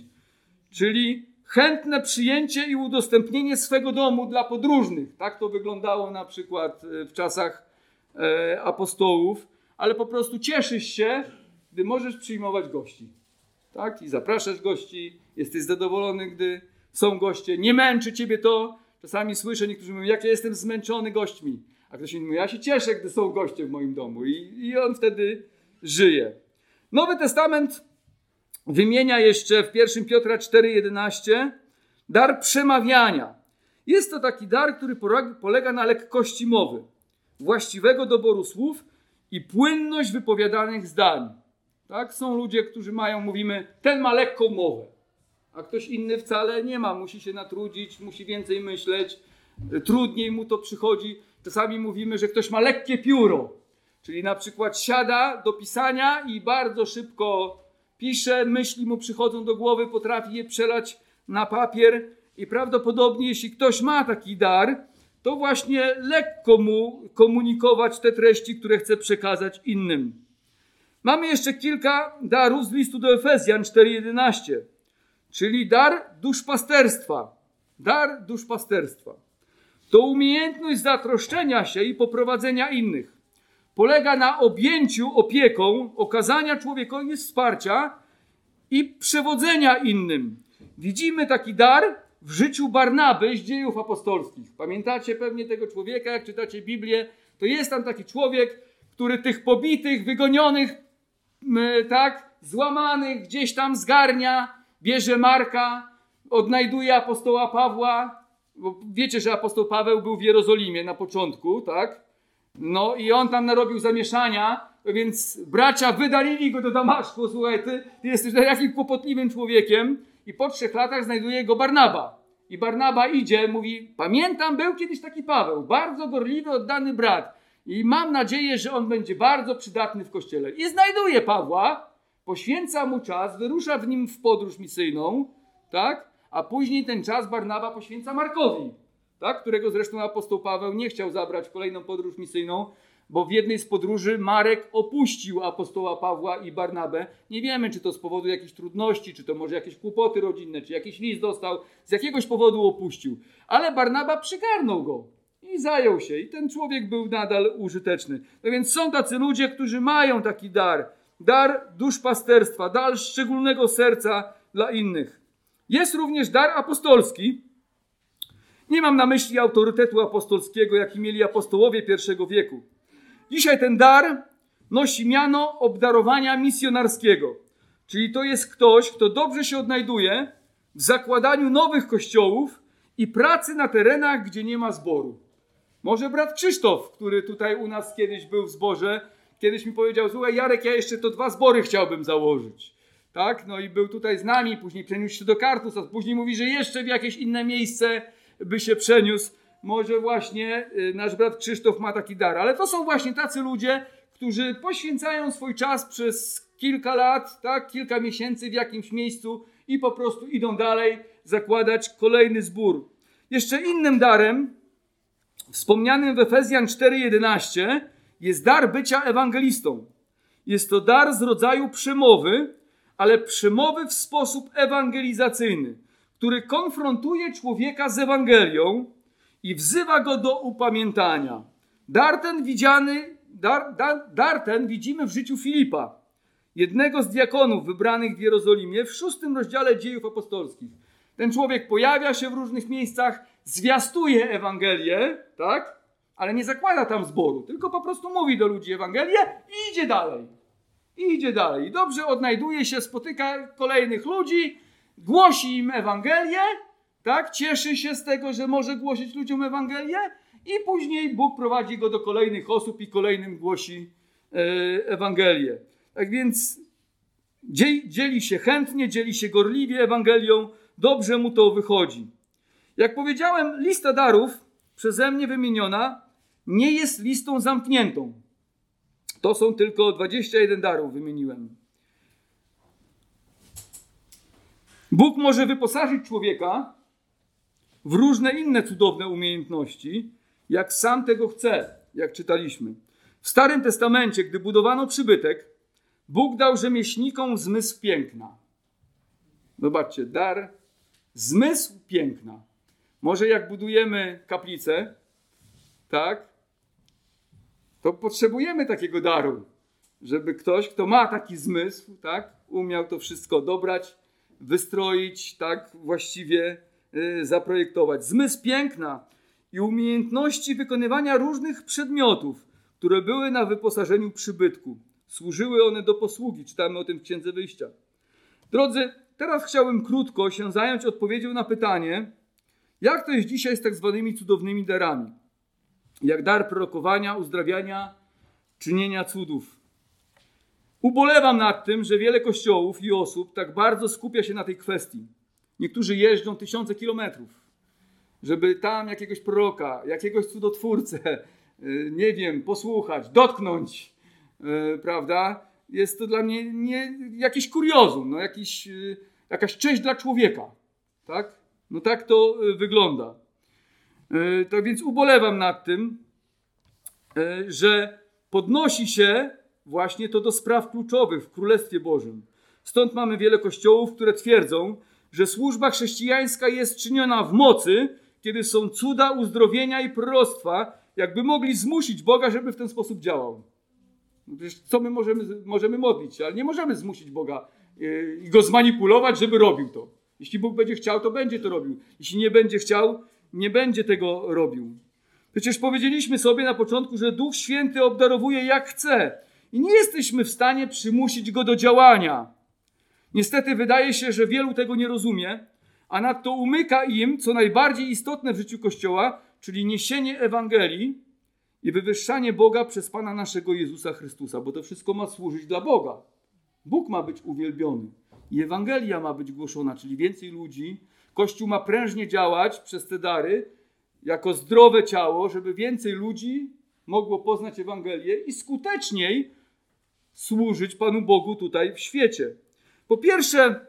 czyli chętne przyjęcie i udostępnienie swego domu dla podróżnych. Tak to wyglądało na przykład w czasach e, apostołów, ale po prostu cieszysz się, gdy możesz przyjmować gości. Tak? I zapraszasz gości, jesteś zadowolony, gdy są goście. Nie męczy ciebie to. Czasami słyszę, niektórzy mówią, jak ja jestem zmęczony gośćmi. A ktoś inny mówi, ja się cieszę, gdy są goście w moim domu. I, i on wtedy żyje. Nowy Testament wymienia jeszcze w pierwszym Piotra cztery jedenaście dar przemawiania. Jest to taki dar, który polega na lekkości mowy, właściwego doboru słów i płynność wypowiadanych zdań. Tak? Są ludzie, którzy mają, mówimy, ten ma lekką mowę, a ktoś inny wcale nie ma. Musi się natrudzić, musi więcej myśleć, trudniej mu to przychodzi. Czasami mówimy, że ktoś ma lekkie pióro, czyli na przykład siada do pisania i bardzo szybko pisze, myśli mu przychodzą do głowy, potrafi je przelać na papier i prawdopodobnie jeśli ktoś ma taki dar, to właśnie lekko mu komunikować te treści, które chce przekazać innym. Mamy jeszcze kilka darów z listu do Efezjan cztery jedenaście, czyli dar duszpasterstwa. Dar duszpasterstwa. To umiejętność zatroszczenia się i poprowadzenia innych. Polega na objęciu opieką, okazania człowiekowi wsparcia i przewodzenia innym. Widzimy taki dar w życiu Barnaby z Dziejów Apostolskich. Pamiętacie pewnie tego człowieka, jak czytacie Biblię, to jest tam taki człowiek, który tych pobitych, wygonionych, tak, złamanych gdzieś tam zgarnia, bierze Marka, odnajduje apostoła Pawła, bo wiecie, że apostoł Paweł był w Jerozolimie na początku, tak? No i on tam narobił zamieszania, więc bracia wydalili go do Damaszku. Słuchaj, ty, ty jesteś takim kłopotliwym człowiekiem. I po trzech latach znajduje go Barnaba. I Barnaba idzie, mówi, pamiętam, był kiedyś taki Paweł, bardzo gorliwy, oddany brat. I mam nadzieję, że on będzie bardzo przydatny w kościele. I znajduje Pawła, poświęca mu czas, wyrusza w nim w podróż misyjną, tak? A później ten czas Barnaba poświęca Markowi. Tak, którego zresztą apostoł Paweł nie chciał zabrać w kolejną podróż misyjną, bo w jednej z podróży Marek opuścił apostoła Pawła i Barnabę. Nie wiemy, czy to z powodu jakichś trudności, czy to może jakieś kłopoty rodzinne, czy jakiś list dostał, z jakiegoś powodu opuścił. Ale Barnaba przygarnął go i zajął się. I ten człowiek był nadal użyteczny. No więc są tacy ludzie, którzy mają taki dar. Dar duszpasterstwa, dar szczególnego serca dla innych. Jest również dar apostolski. Nie mam na myśli autorytetu apostolskiego, jaki mieli apostołowie pierwszego wieku. Dzisiaj ten dar nosi miano obdarowania misjonarskiego. Czyli to jest ktoś, kto dobrze się odnajduje w zakładaniu nowych kościołów i pracy na terenach, gdzie nie ma zboru. Może brat Krzysztof, który tutaj u nas kiedyś był w zborze, kiedyś mi powiedział, słuchaj Jarek, ja jeszcze to dwa zbory chciałbym założyć. Tak? No i był tutaj z nami, później przeniósł się do Kartus, a później mówi, że jeszcze w jakieś inne miejsce by się przeniósł. Może właśnie nasz brat Krzysztof ma taki dar. Ale to są właśnie tacy ludzie, którzy poświęcają swój czas przez kilka lat, tak, kilka miesięcy w jakimś miejscu i po prostu idą dalej zakładać kolejny zbór. Jeszcze innym darem, wspomnianym w Efezjan cztery jedenaście, jest dar bycia ewangelistą. Jest to dar z rodzaju przemowy, ale przemowy w sposób ewangelizacyjny, który konfrontuje człowieka z Ewangelią i wzywa go do upamiętania. Dar ten widziany, dar, dar, dar ten widzimy w życiu Filipa, jednego z diakonów wybranych w Jerozolimie w szóstym rozdziale Dziejów Apostolskich. Ten człowiek pojawia się w różnych miejscach, zwiastuje Ewangelię, tak? Ale nie zakłada tam zboru, tylko po prostu mówi do ludzi Ewangelię i idzie dalej. I idzie dalej. I dobrze odnajduje się, spotyka kolejnych ludzi, głosi im Ewangelię, tak? Cieszy się z tego, że może głosić ludziom Ewangelię i później Bóg prowadzi go do kolejnych osób i kolejnym głosi e, Ewangelię. Tak więc dzieli się chętnie, dzieli się gorliwie Ewangelią, dobrze mu to wychodzi. Jak powiedziałem, lista darów przeze mnie wymieniona nie jest listą zamkniętą. To są tylko dwadzieścia jeden darów, wymieniłem. Bóg może wyposażyć człowieka w różne inne cudowne umiejętności, jak sam tego chce, jak czytaliśmy. W Starym Testamencie, gdy budowano przybytek, Bóg dał rzemieślnikom zmysł piękna. Zobaczcie, dar, zmysł piękna. Może jak budujemy kaplicę, tak, to potrzebujemy takiego daru, żeby ktoś, kto ma taki zmysł, tak, umiał to wszystko dobrać, wystroić, tak, właściwie y, zaprojektować. Zmysł piękna i umiejętności wykonywania różnych przedmiotów, które były na wyposażeniu przybytku. Służyły one do posługi. Czytamy o tym w Księdze Wyjścia. Drodzy, teraz chciałbym krótko się zająć odpowiedzią na pytanie, jak to jest dzisiaj z tak zwanymi cudownymi darami. Jak dar prorokowania, uzdrawiania, czynienia cudów. Ubolewam nad tym, że wiele kościołów i osób tak bardzo skupia się na tej kwestii. Niektórzy jeżdżą tysiące kilometrów, żeby tam jakiegoś proroka, jakiegoś cudotwórcę, nie wiem, posłuchać, dotknąć, prawda? Jest to dla mnie nie, jakiś kuriozum, no jakiś, jakaś cześć dla człowieka, tak? No tak to wygląda. Tak więc ubolewam nad tym, że podnosi się właśnie to do spraw kluczowych w Królestwie Bożym. Stąd mamy wiele kościołów, które twierdzą, że służba chrześcijańska jest czyniona w mocy, kiedy są cuda, uzdrowienia i proroctwa, jakby mogli zmusić Boga, żeby w ten sposób działał. No przecież co my możemy, możemy modlić się, ale nie możemy zmusić Boga i go zmanipulować, żeby robił to. Jeśli Bóg będzie chciał, to będzie to robił. Jeśli nie będzie chciał, nie będzie tego robił. Przecież powiedzieliśmy sobie na początku, że Duch Święty obdarowuje jak chce i nie jesteśmy w stanie przymusić go do działania. Niestety wydaje się, że wielu tego nie rozumie, a nadto umyka im, co najbardziej istotne w życiu Kościoła, czyli niesienie Ewangelii i wywyższanie Boga przez Pana naszego Jezusa Chrystusa, bo to wszystko ma służyć dla Boga. Bóg ma być uwielbiony i Ewangelia ma być głoszona, czyli więcej ludzi. Kościół ma prężnie działać przez te dary jako zdrowe ciało, żeby więcej ludzi mogło poznać Ewangelię i skuteczniej służyć Panu Bogu tutaj w świecie. Po pierwsze,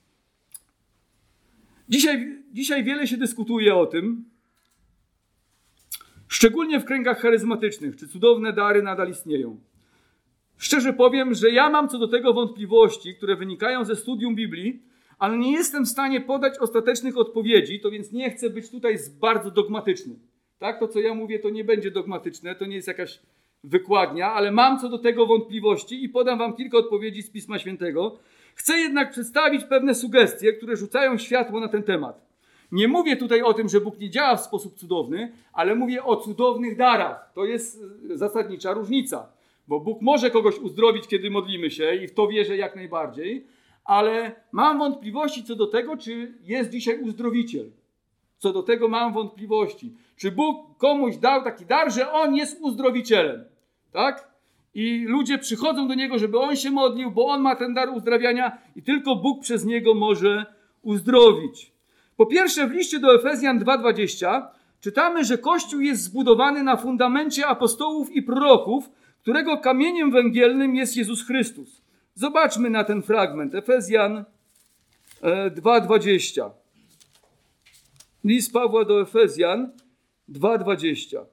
dzisiaj, dzisiaj wiele się dyskutuje o tym, szczególnie w kręgach charyzmatycznych, czy cudowne dary nadal istnieją. Szczerze powiem, że ja mam co do tego wątpliwości, które wynikają ze studium Biblii, ale nie jestem w stanie podać ostatecznych odpowiedzi, to więc nie chcę być tutaj bardzo dogmatyczny. Tak? To, co ja mówię, to nie będzie dogmatyczne, to nie jest jakaś wykładnia, ale mam co do tego wątpliwości i podam wam kilka odpowiedzi z Pisma Świętego. Chcę jednak przedstawić pewne sugestie, które rzucają światło na ten temat. Nie mówię tutaj o tym, że Bóg nie działa w sposób cudowny, ale mówię o cudownych darach. To jest zasadnicza różnica, bo Bóg może kogoś uzdrowić, kiedy modlimy się i w to wierzę jak najbardziej, ale mam wątpliwości co do tego, czy jest dzisiaj uzdrowiciel. Co do tego mam wątpliwości. Czy Bóg komuś dał taki dar, że On jest uzdrowicielem, tak? I ludzie przychodzą do Niego, żeby On się modlił, bo On ma ten dar uzdrawiania i tylko Bóg przez Niego może uzdrowić. Po pierwsze, w liście do Efezjan dwa dwadzieścia czytamy, że Kościół jest zbudowany na fundamencie apostołów i proroków, którego kamieniem węgielnym jest Jezus Chrystus. Zobaczmy na ten fragment. Efezjan dwa dwadzieścia. List Pawła do Efezjan dwa dwadzieścia.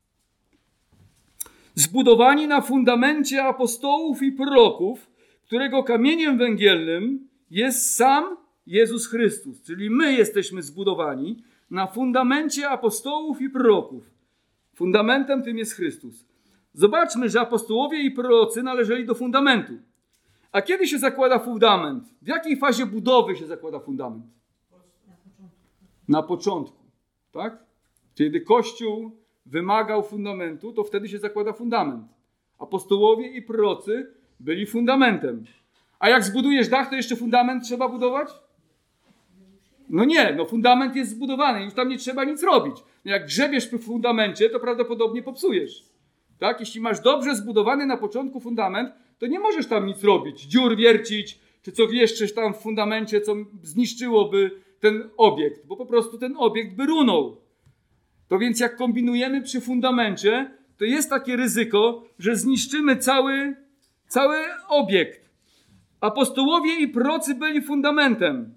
Zbudowani na fundamencie apostołów i proroków, którego kamieniem węgielnym jest sam Jezus Chrystus. Czyli my jesteśmy zbudowani na fundamencie apostołów i proroków. Fundamentem tym jest Chrystus. Zobaczmy, że apostołowie i prorocy należeli do fundamentu. A kiedy się zakłada fundament? W jakiej fazie budowy się zakłada fundament? Na początku. Tak? Kiedy Kościół wymagał fundamentu, to wtedy się zakłada fundament. Apostołowie i prorocy byli fundamentem. A jak zbudujesz dach, to jeszcze fundament trzeba budować? No nie, no fundament jest zbudowany, już tam nie trzeba nic robić. No jak grzebiesz w fundamencie, to prawdopodobnie popsujesz. Tak? Jeśli masz dobrze zbudowany na początku fundament, to nie możesz tam nic robić, dziur wiercić, czy co jeszcze tam w fundamencie, co zniszczyłoby ten obiekt, bo po prostu ten obiekt by runął. To więc jak kombinujemy przy fundamencie, to jest takie ryzyko, że zniszczymy cały, cały obiekt. Apostołowie i prorocy byli fundamentem.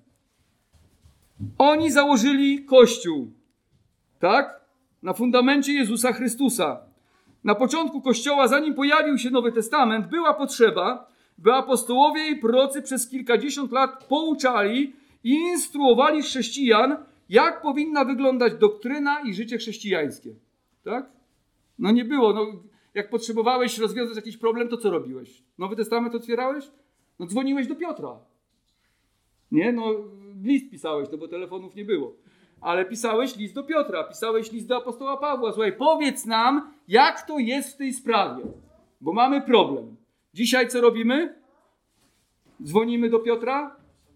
Oni założyli Kościół, tak? Na fundamencie Jezusa Chrystusa. Na początku Kościoła, zanim pojawił się Nowy Testament, była potrzeba, by apostołowie i prorocy przez kilkadziesiąt lat pouczali i instruowali chrześcijan, jak powinna wyglądać doktryna i życie chrześcijańskie. Tak? No nie było. No, jak potrzebowałeś rozwiązać jakiś problem, to co robiłeś? Nowy Testament otwierałeś? No dzwoniłeś do Piotra. Nie? No list pisałeś, no bo telefonów nie było. Ale pisałeś list do Piotra, pisałeś list do apostoła Pawła. Słuchaj, powiedz nam, jak to jest w tej sprawie, bo mamy problem. Dzisiaj co robimy? Dzwonimy do Piotra?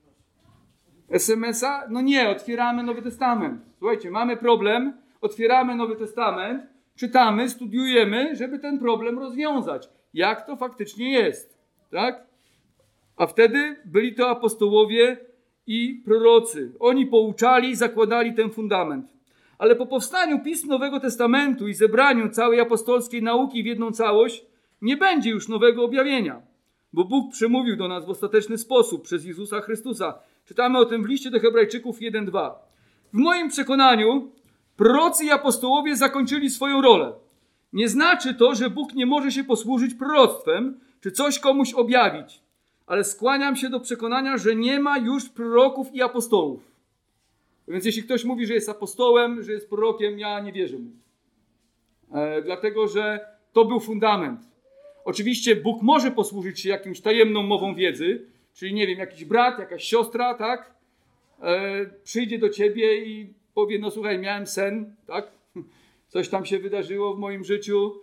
es em es a? No nie, otwieramy Nowy Testament. Słuchajcie, mamy problem, otwieramy Nowy Testament, czytamy, studiujemy, żeby ten problem rozwiązać. Jak to faktycznie jest, tak? A wtedy byli to apostołowie i prorocy. Oni pouczali, zakładali ten fundament. Ale po powstaniu pism Nowego Testamentu i zebraniu całej apostolskiej nauki w jedną całość, nie będzie już nowego objawienia, bo Bóg przemówił do nas w ostateczny sposób przez Jezusa Chrystusa. Czytamy o tym w liście do Hebrajczyków jeden dwa. W moim przekonaniu prorocy i apostołowie zakończyli swoją rolę. Nie znaczy to, że Bóg nie może się posłużyć proroctwem, czy coś komuś objawić, ale skłaniam się do przekonania, że nie ma już proroków i apostołów. Więc jeśli ktoś mówi, że jest apostołem, że jest prorokiem, ja nie wierzę mu. E, dlatego, że to był fundament. Oczywiście Bóg może posłużyć się jakimś tajemną mową wiedzy, czyli nie wiem, jakiś brat, jakaś siostra, tak? E, przyjdzie do ciebie i powie, no słuchaj, miałem sen, tak? Coś tam się wydarzyło w moim życiu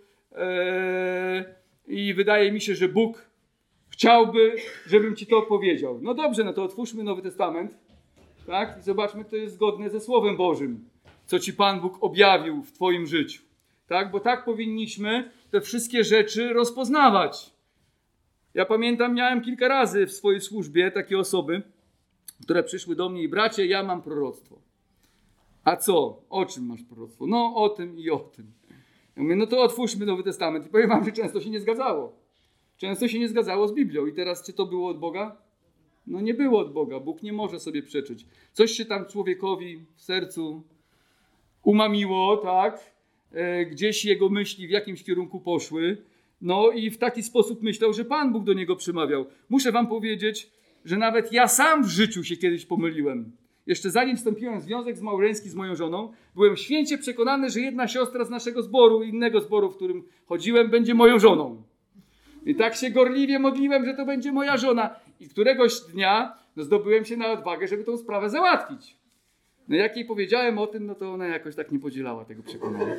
e, i wydaje mi się, że Bóg chciałby, żebym ci to opowiedział. No dobrze, no to otwórzmy Nowy Testament, tak? I zobaczmy, to jest zgodne ze Słowem Bożym, co ci Pan Bóg objawił w twoim życiu. Tak? Bo tak powinniśmy te wszystkie rzeczy rozpoznawać. Ja pamiętam, miałem kilka razy w swojej służbie takie osoby, które przyszły do mnie i bracie, ja mam proroctwo. A co? O czym masz proroctwo? No o tym i o tym. Ja mówię, no to otwórzmy Nowy Testament. I powiem wam, że często się nie zgadzało. Często się nie zgadzało z Biblią. I teraz, czy to było od Boga? No nie było od Boga. Bóg nie może sobie przeczyć. Coś się tam człowiekowi w sercu umamiło, tak? E, gdzieś jego myśli w jakimś kierunku poszły. No i w taki sposób myślał, że Pan Bóg do niego przemawiał. Muszę wam powiedzieć, że nawet ja sam w życiu się kiedyś pomyliłem. Jeszcze zanim wstąpiłem w związek z małżeński z moją żoną, byłem święcie przekonany, że jedna siostra z naszego zboru, innego zboru, w którym chodziłem, będzie moją żoną. I tak się gorliwie modliłem, że to będzie moja żona. I któregoś dnia no, zdobyłem się na odwagę, żeby tą sprawę załatwić. No jak jej powiedziałem o tym, no to ona jakoś tak nie podzielała tego przekonania.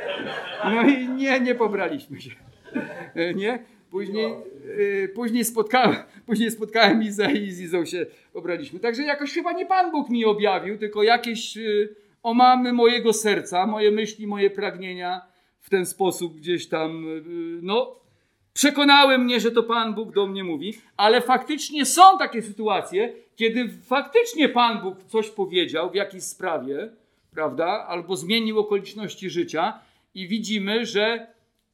No i nie, nie pobraliśmy się. Nie? Później, yy, później, spotkałem, później spotkałem Izę i z Izą się pobraliśmy. Także jakoś chyba nie Pan Bóg mi objawił, tylko jakieś yy, omamy mojego serca, moje myśli, moje pragnienia w ten sposób gdzieś tam, yy, no, przekonały mnie, że to Pan Bóg do mnie mówi, ale faktycznie są takie sytuacje, kiedy faktycznie Pan Bóg coś powiedział w jakiejś sprawie, prawda, albo zmienił okoliczności życia i widzimy, że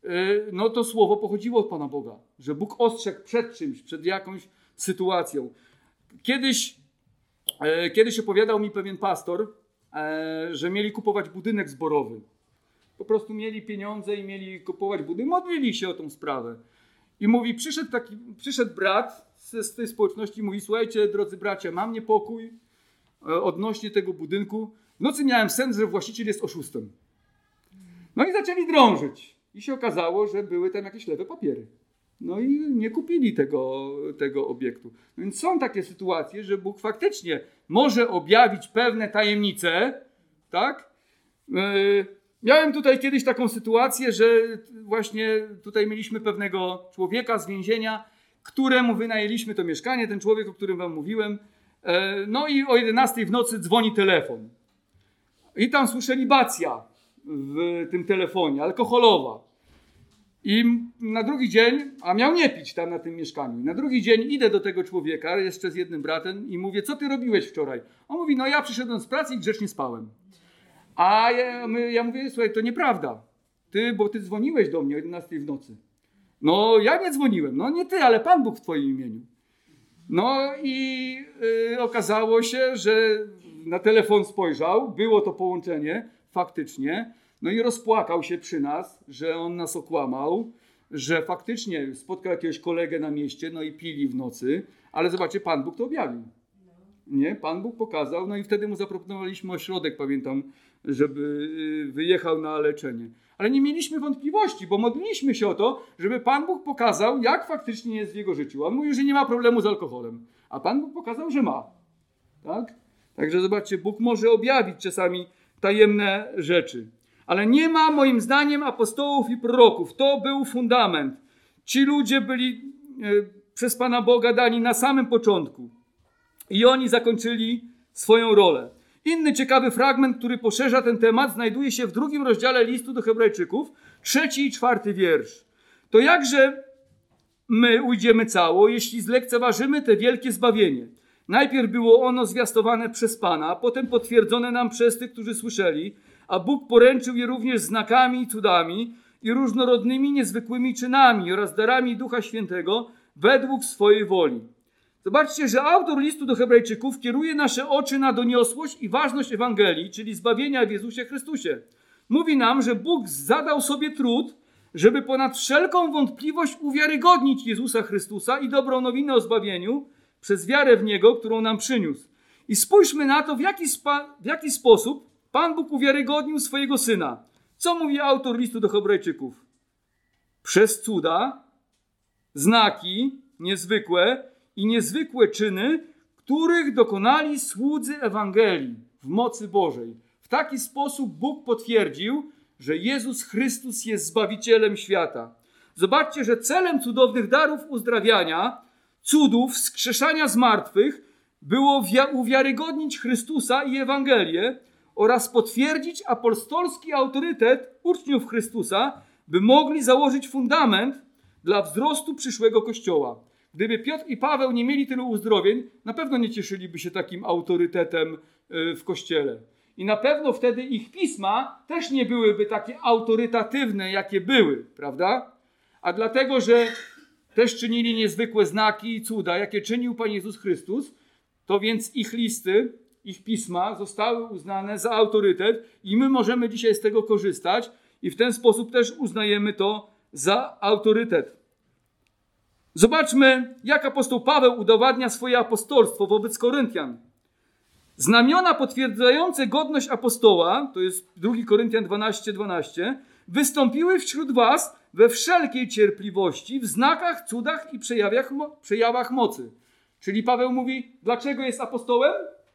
no to słowo pochodziło od Pana Boga, że Bóg ostrzegł przed czymś, przed jakąś sytuacją. Kiedyś, e, kiedyś opowiadał mi pewien pastor, e, że mieli kupować budynek zborowy. Po prostu mieli pieniądze i mieli kupować budynek, modlili się o tą sprawę. I mówi, przyszedł taki, przyszedł brat z, z tej społeczności i mówi, słuchajcie, drodzy bracia, mam niepokój e, odnośnie tego budynku. W nocy miałem sen, że właściciel jest oszustem. No i zaczęli drążyć. I się okazało, że były tam jakieś lewe papiery. No i nie kupili tego, tego obiektu. No więc są takie sytuacje, że Bóg faktycznie może objawić pewne tajemnice, tak? Yy, miałem tutaj kiedyś taką sytuację, że właśnie tutaj mieliśmy pewnego człowieka z więzienia, któremu wynajęliśmy to mieszkanie, ten człowiek, o którym wam mówiłem. Yy, no i o jedenastej w nocy dzwoni telefon. I tam słyszę libacja w tym telefonie, alkoholowa. I na drugi dzień, a miał nie pić tam na tym mieszkaniu. I na drugi dzień idę do tego człowieka, jeszcze z jednym bratem i mówię, co ty robiłeś wczoraj? On mówi, no ja przyszedłem z pracy i grzecznie spałem. A ja, my, ja mówię, słuchaj, to nieprawda. Ty, bo ty dzwoniłeś do mnie o jedenastej w nocy. No ja nie dzwoniłem, no nie ty, ale Pan Bóg w twoim imieniu. No i yy, okazało się, że na telefon spojrzał, było to połączenie, faktycznie. No i rozpłakał się przy nas, że on nas okłamał, że faktycznie spotkał jakiegoś kolegę na mieście, no i pili w nocy, ale zobaczcie, Pan Bóg to objawił. Nie? Pan Bóg pokazał, no i wtedy mu zaproponowaliśmy ośrodek, pamiętam, żeby wyjechał na leczenie. Ale nie mieliśmy wątpliwości, bo modliliśmy się o to, żeby Pan Bóg pokazał, jak faktycznie jest w jego życiu. On mówił, że nie ma problemu z alkoholem, a Pan Bóg pokazał, że ma. Tak? Także zobaczcie, Bóg może objawić czasami tajemne rzeczy. Ale nie ma, moim zdaniem, apostołów i proroków. To był fundament. Ci ludzie byli e, przez Pana Boga dani na samym początku. I oni zakończyli swoją rolę. Inny ciekawy fragment, który poszerza ten temat, znajduje się w drugim rozdziale listu do Hebrajczyków, trzeci i czwarty wiersz. To jakże my ujdziemy cało, jeśli zlekceważymy te wielkie zbawienie? Najpierw było ono zwiastowane przez Pana, potem potwierdzone nam przez tych, którzy słyszeli, a Bóg poręczył je również znakami i cudami i różnorodnymi, niezwykłymi czynami oraz darami Ducha Świętego według swojej woli. Zobaczcie, że autor listu do Hebrajczyków kieruje nasze oczy na doniosłość i ważność Ewangelii, czyli zbawienia w Jezusie Chrystusie. Mówi nam, że Bóg zadał sobie trud, żeby ponad wszelką wątpliwość uwiarygodnić Jezusa Chrystusa i dobrą nowinę o zbawieniu przez wiarę w Niego, którą nam przyniósł. I spójrzmy na to, w jaki, spa, w jaki sposób Pan Bóg uwiarygodnił swojego Syna. Co mówi autor listu do Hebrajczyków? Przez cuda, znaki niezwykłe i niezwykłe czyny, których dokonali słudzy Ewangelii w mocy Bożej. W taki sposób Bóg potwierdził, że Jezus Chrystus jest Zbawicielem świata. Zobaczcie, że celem cudownych darów uzdrawiania, cudów, wskrzeszania zmartwych było uwiarygodnić Chrystusa i Ewangelię oraz potwierdzić apostolski autorytet uczniów Chrystusa, by mogli założyć fundament dla wzrostu przyszłego Kościoła. Gdyby Piotr i Paweł nie mieli tylu uzdrowień, na pewno nie cieszyliby się takim autorytetem w Kościele. I na pewno wtedy ich pisma też nie byłyby takie autorytatywne, jakie były, prawda? A dlatego, że też czynili niezwykłe znaki i cuda, jakie czynił Pan Jezus Chrystus, to więc ich listy, ich pisma zostały uznane za autorytet i my możemy dzisiaj z tego korzystać i w ten sposób też uznajemy to za autorytet. Zobaczmy, jak apostoł Paweł udowadnia swoje apostolstwo wobec Koryntian. Znamiona potwierdzające godność apostoła, to jest drugi Koryntian dwanaście dwanaście, wystąpiły wśród was we wszelkiej cierpliwości, w znakach, cudach i przejawach, przejawach mocy. Czyli Paweł mówi, dlaczego jest apostołem?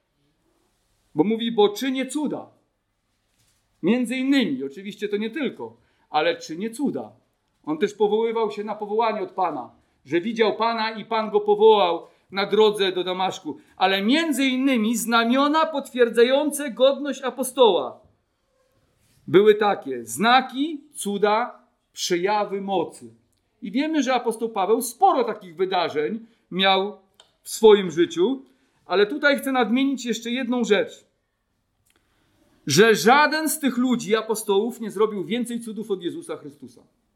Bo mówi, bo czynię cuda. Między innymi, oczywiście to nie tylko, ale czynię cuda. On też powoływał się na powołanie od Pana, że widział Pana i Pan go powołał na drodze do Damaszku. Ale między innymi znamiona potwierdzające godność apostoła były takie: znaki, cuda, przejawy mocy. I wiemy, że apostoł Paweł sporo takich wydarzeń miał w swoim życiu, ale tutaj chcę nadmienić jeszcze jedną rzecz. Że żaden z tych ludzi, apostołów, nie zrobił więcej cudów od Jezusa Chrystusa.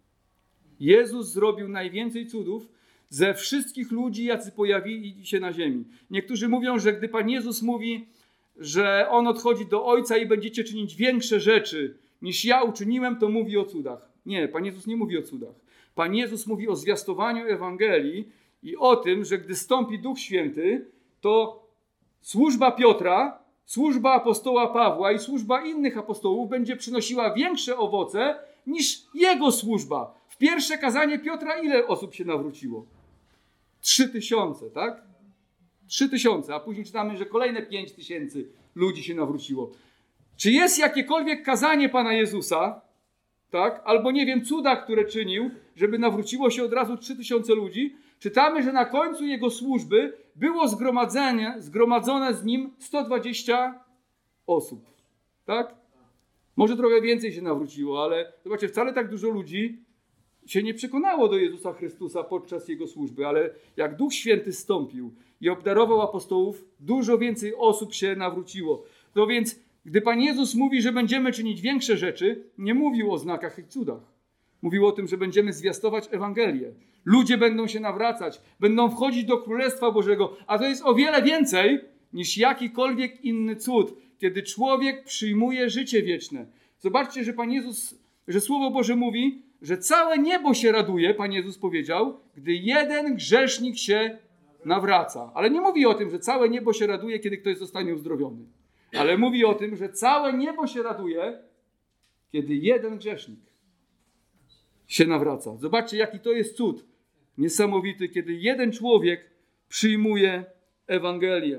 Jezus zrobił najwięcej cudów ze wszystkich ludzi, jacy pojawili się na ziemi. Niektórzy mówią, że gdy Pan Jezus mówi, że On odchodzi do Ojca i będziecie czynić większe rzeczy niż ja uczyniłem, to mówi o cudach. Nie, Pan Jezus nie mówi o cudach. Pan Jezus mówi o zwiastowaniu Ewangelii i o tym, że gdy stąpi Duch Święty, to służba Piotra, służba apostoła Pawła i służba innych apostołów będzie przynosiła większe owoce niż jego służba. W pierwsze kazanie Piotra ile osób się nawróciło? Trzy tysiące, tak? Trzy tysiące, a później czytamy, że kolejne pięć tysięcy ludzi się nawróciło. Czy jest jakiekolwiek kazanie Pana Jezusa, tak? Albo nie wiem, cuda, które czynił, żeby nawróciło się od razu trzy tysiące ludzi? Czytamy, że na końcu jego służby było zgromadzenie, zgromadzone z nim sto dwadzieścia osób, tak? Może trochę więcej się nawróciło, ale zobaczcie, wcale tak dużo ludzi się nie przekonało do Jezusa Chrystusa podczas Jego służby, ale jak Duch Święty zstąpił i obdarował apostołów, dużo więcej osób się nawróciło. No więc, gdy Pan Jezus mówi, że będziemy czynić większe rzeczy, nie mówił o znakach i cudach. Mówił o tym, że będziemy zwiastować Ewangelię. Ludzie będą się nawracać, będą wchodzić do Królestwa Bożego, a to jest o wiele więcej niż jakikolwiek inny cud, kiedy człowiek przyjmuje życie wieczne. Zobaczcie, że Pan Jezus, że Słowo Boże mówi, że całe niebo się raduje, Pan Jezus powiedział, gdy jeden grzesznik się nawraca. Ale nie mówi o tym, że całe niebo się raduje, kiedy ktoś zostanie uzdrowiony. Ale mówi o tym, że całe niebo się raduje, kiedy jeden grzesznik się nawraca. Zobaczcie, jaki to jest cud niesamowity, kiedy jeden człowiek przyjmuje Ewangelię.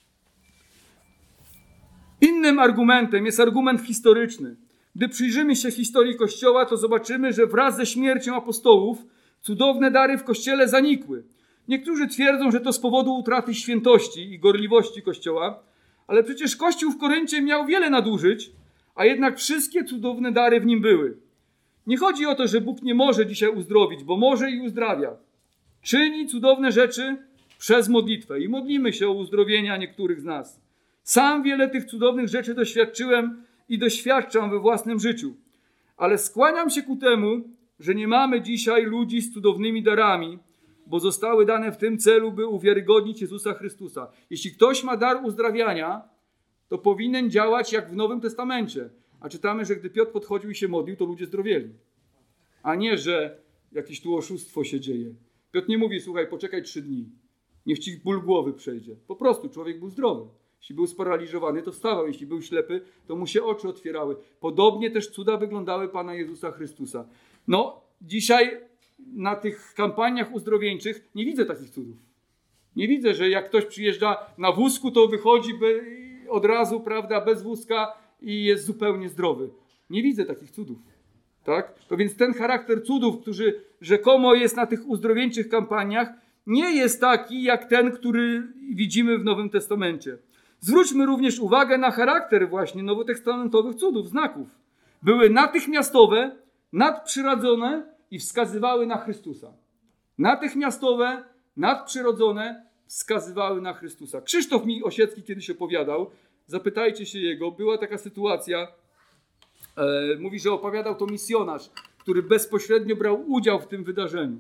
Innym argumentem jest argument historyczny. Gdy przyjrzymy się historii Kościoła, to zobaczymy, że wraz ze śmiercią apostołów cudowne dary w Kościele zanikły. Niektórzy twierdzą, że to z powodu utraty świętości i gorliwości Kościoła, ale przecież Kościół w Koryncie miał wiele nadużyć, a jednak wszystkie cudowne dary w nim były. Nie chodzi o to, że Bóg nie może dzisiaj uzdrowić, bo może i uzdrawia. Czyni cudowne rzeczy przez modlitwę i modlimy się o uzdrowienia niektórych z nas. Sam wiele tych cudownych rzeczy doświadczyłem i doświadczam we własnym życiu. Ale skłaniam się ku temu, że nie mamy dzisiaj ludzi z cudownymi darami, bo zostały dane w tym celu, by uwiarygodnić Jezusa Chrystusa. Jeśli ktoś ma dar uzdrawiania, to powinien działać jak w Nowym Testamencie. A czytamy, że gdy Piotr podchodził i się modlił, to ludzie zdrowieli. A nie, że jakieś tu oszustwo się dzieje. Piotr nie mówi, słuchaj, poczekaj trzy dni. Niech ci ból głowy przejdzie. Po prostu człowiek był zdrowy. Jeśli był sparaliżowany, to wstawał. Jeśli był ślepy, to mu się oczy otwierały. Podobnie też cuda wyglądały Pana Jezusa Chrystusa. No, dzisiaj na tych kampaniach uzdrowieńczych nie widzę takich cudów. Nie widzę, że jak ktoś przyjeżdża na wózku, to wychodzi by od razu, prawda, bez wózka i jest zupełnie zdrowy. Nie widzę takich cudów. Tak? To więc ten charakter cudów, który rzekomo jest na tych uzdrowieńczych kampaniach, nie jest taki jak ten, który widzimy w Nowym Testamencie. Zwróćmy również uwagę na charakter właśnie nowotestamentowych cudów, znaków. Były natychmiastowe, nadprzyrodzone i wskazywały na Chrystusa. Natychmiastowe, nadprzyrodzone wskazywały na Chrystusa. Krzysztof mi Osiecki kiedyś opowiadał, zapytajcie się jego, była taka sytuacja, e, mówi, że opowiadał to misjonarz, który bezpośrednio brał udział w tym wydarzeniu.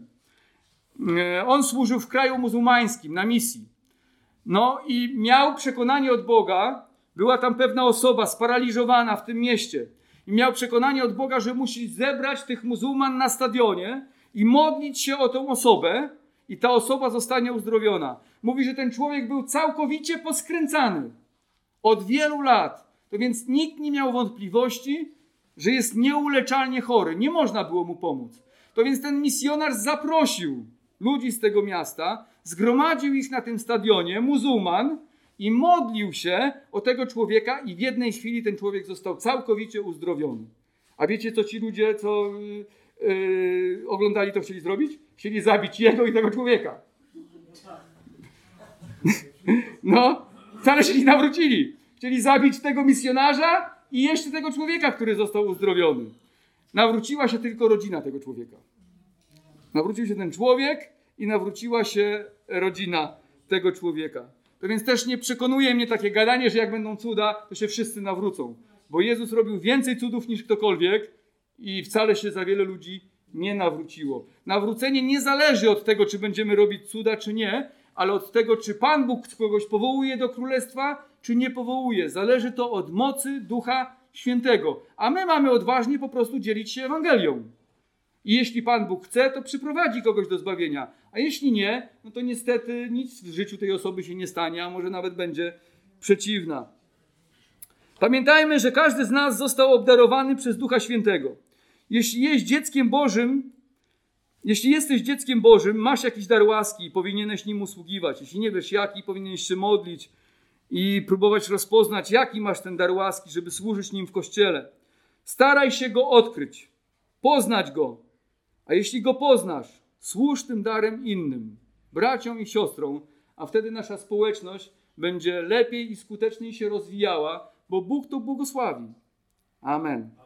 E, on służył w kraju muzułmańskim na misji. No i miał przekonanie od Boga, była tam pewna osoba sparaliżowana w tym mieście i miał przekonanie od Boga, że musi zebrać tych muzułman na stadionie i modlić się o tą osobę i ta osoba zostanie uzdrowiona. Mówi, że ten człowiek był całkowicie poskręcany od wielu lat. To więc nikt nie miał wątpliwości, że jest nieuleczalnie chory. Nie można było mu pomóc. To więc ten misjonarz zaprosił ludzi z tego miasta, zgromadził ich na tym stadionie, muzułman, i modlił się o tego człowieka i w jednej chwili ten człowiek został całkowicie uzdrowiony. A wiecie, co ci ludzie, co yy, yy, oglądali, to chcieli zrobić? Chcieli zabić jego i tego człowieka. No, wcale się nie nawrócili. Chcieli zabić tego misjonarza i jeszcze tego człowieka, który został uzdrowiony. Nawróciła się tylko rodzina tego człowieka. Nawrócił się ten człowiek i nawróciła się rodzina tego człowieka. To więc też nie przekonuje mnie takie gadanie, że jak będą cuda, to się wszyscy nawrócą. Bo Jezus robił więcej cudów niż ktokolwiek i wcale się za wiele ludzi nie nawróciło. Nawrócenie nie zależy od tego, czy będziemy robić cuda, czy nie, ale od tego, czy Pan Bóg kogoś powołuje do królestwa, czy nie powołuje. Zależy to od mocy Ducha Świętego. A my mamy odważnie po prostu dzielić się Ewangelią. I jeśli Pan Bóg chce, to przyprowadzi kogoś do zbawienia. A jeśli nie, no to niestety nic w życiu tej osoby się nie stanie, a może nawet będzie przeciwna. Pamiętajmy, że każdy z nas został obdarowany przez Ducha Świętego. Jeśli jest dzieckiem Bożym, jeśli jesteś dzieckiem Bożym, masz jakiś dar łaski i powinieneś nim usługiwać. Jeśli nie wiesz jaki, powinieneś się modlić i próbować rozpoznać, jaki masz ten dar łaski, żeby służyć nim w Kościele. Staraj się go odkryć, poznać go. A jeśli go poznasz, służ tym darem innym, braciom i siostrom, a wtedy nasza społeczność będzie lepiej i skuteczniej się rozwijała, bo Bóg to błogosławi. Amen.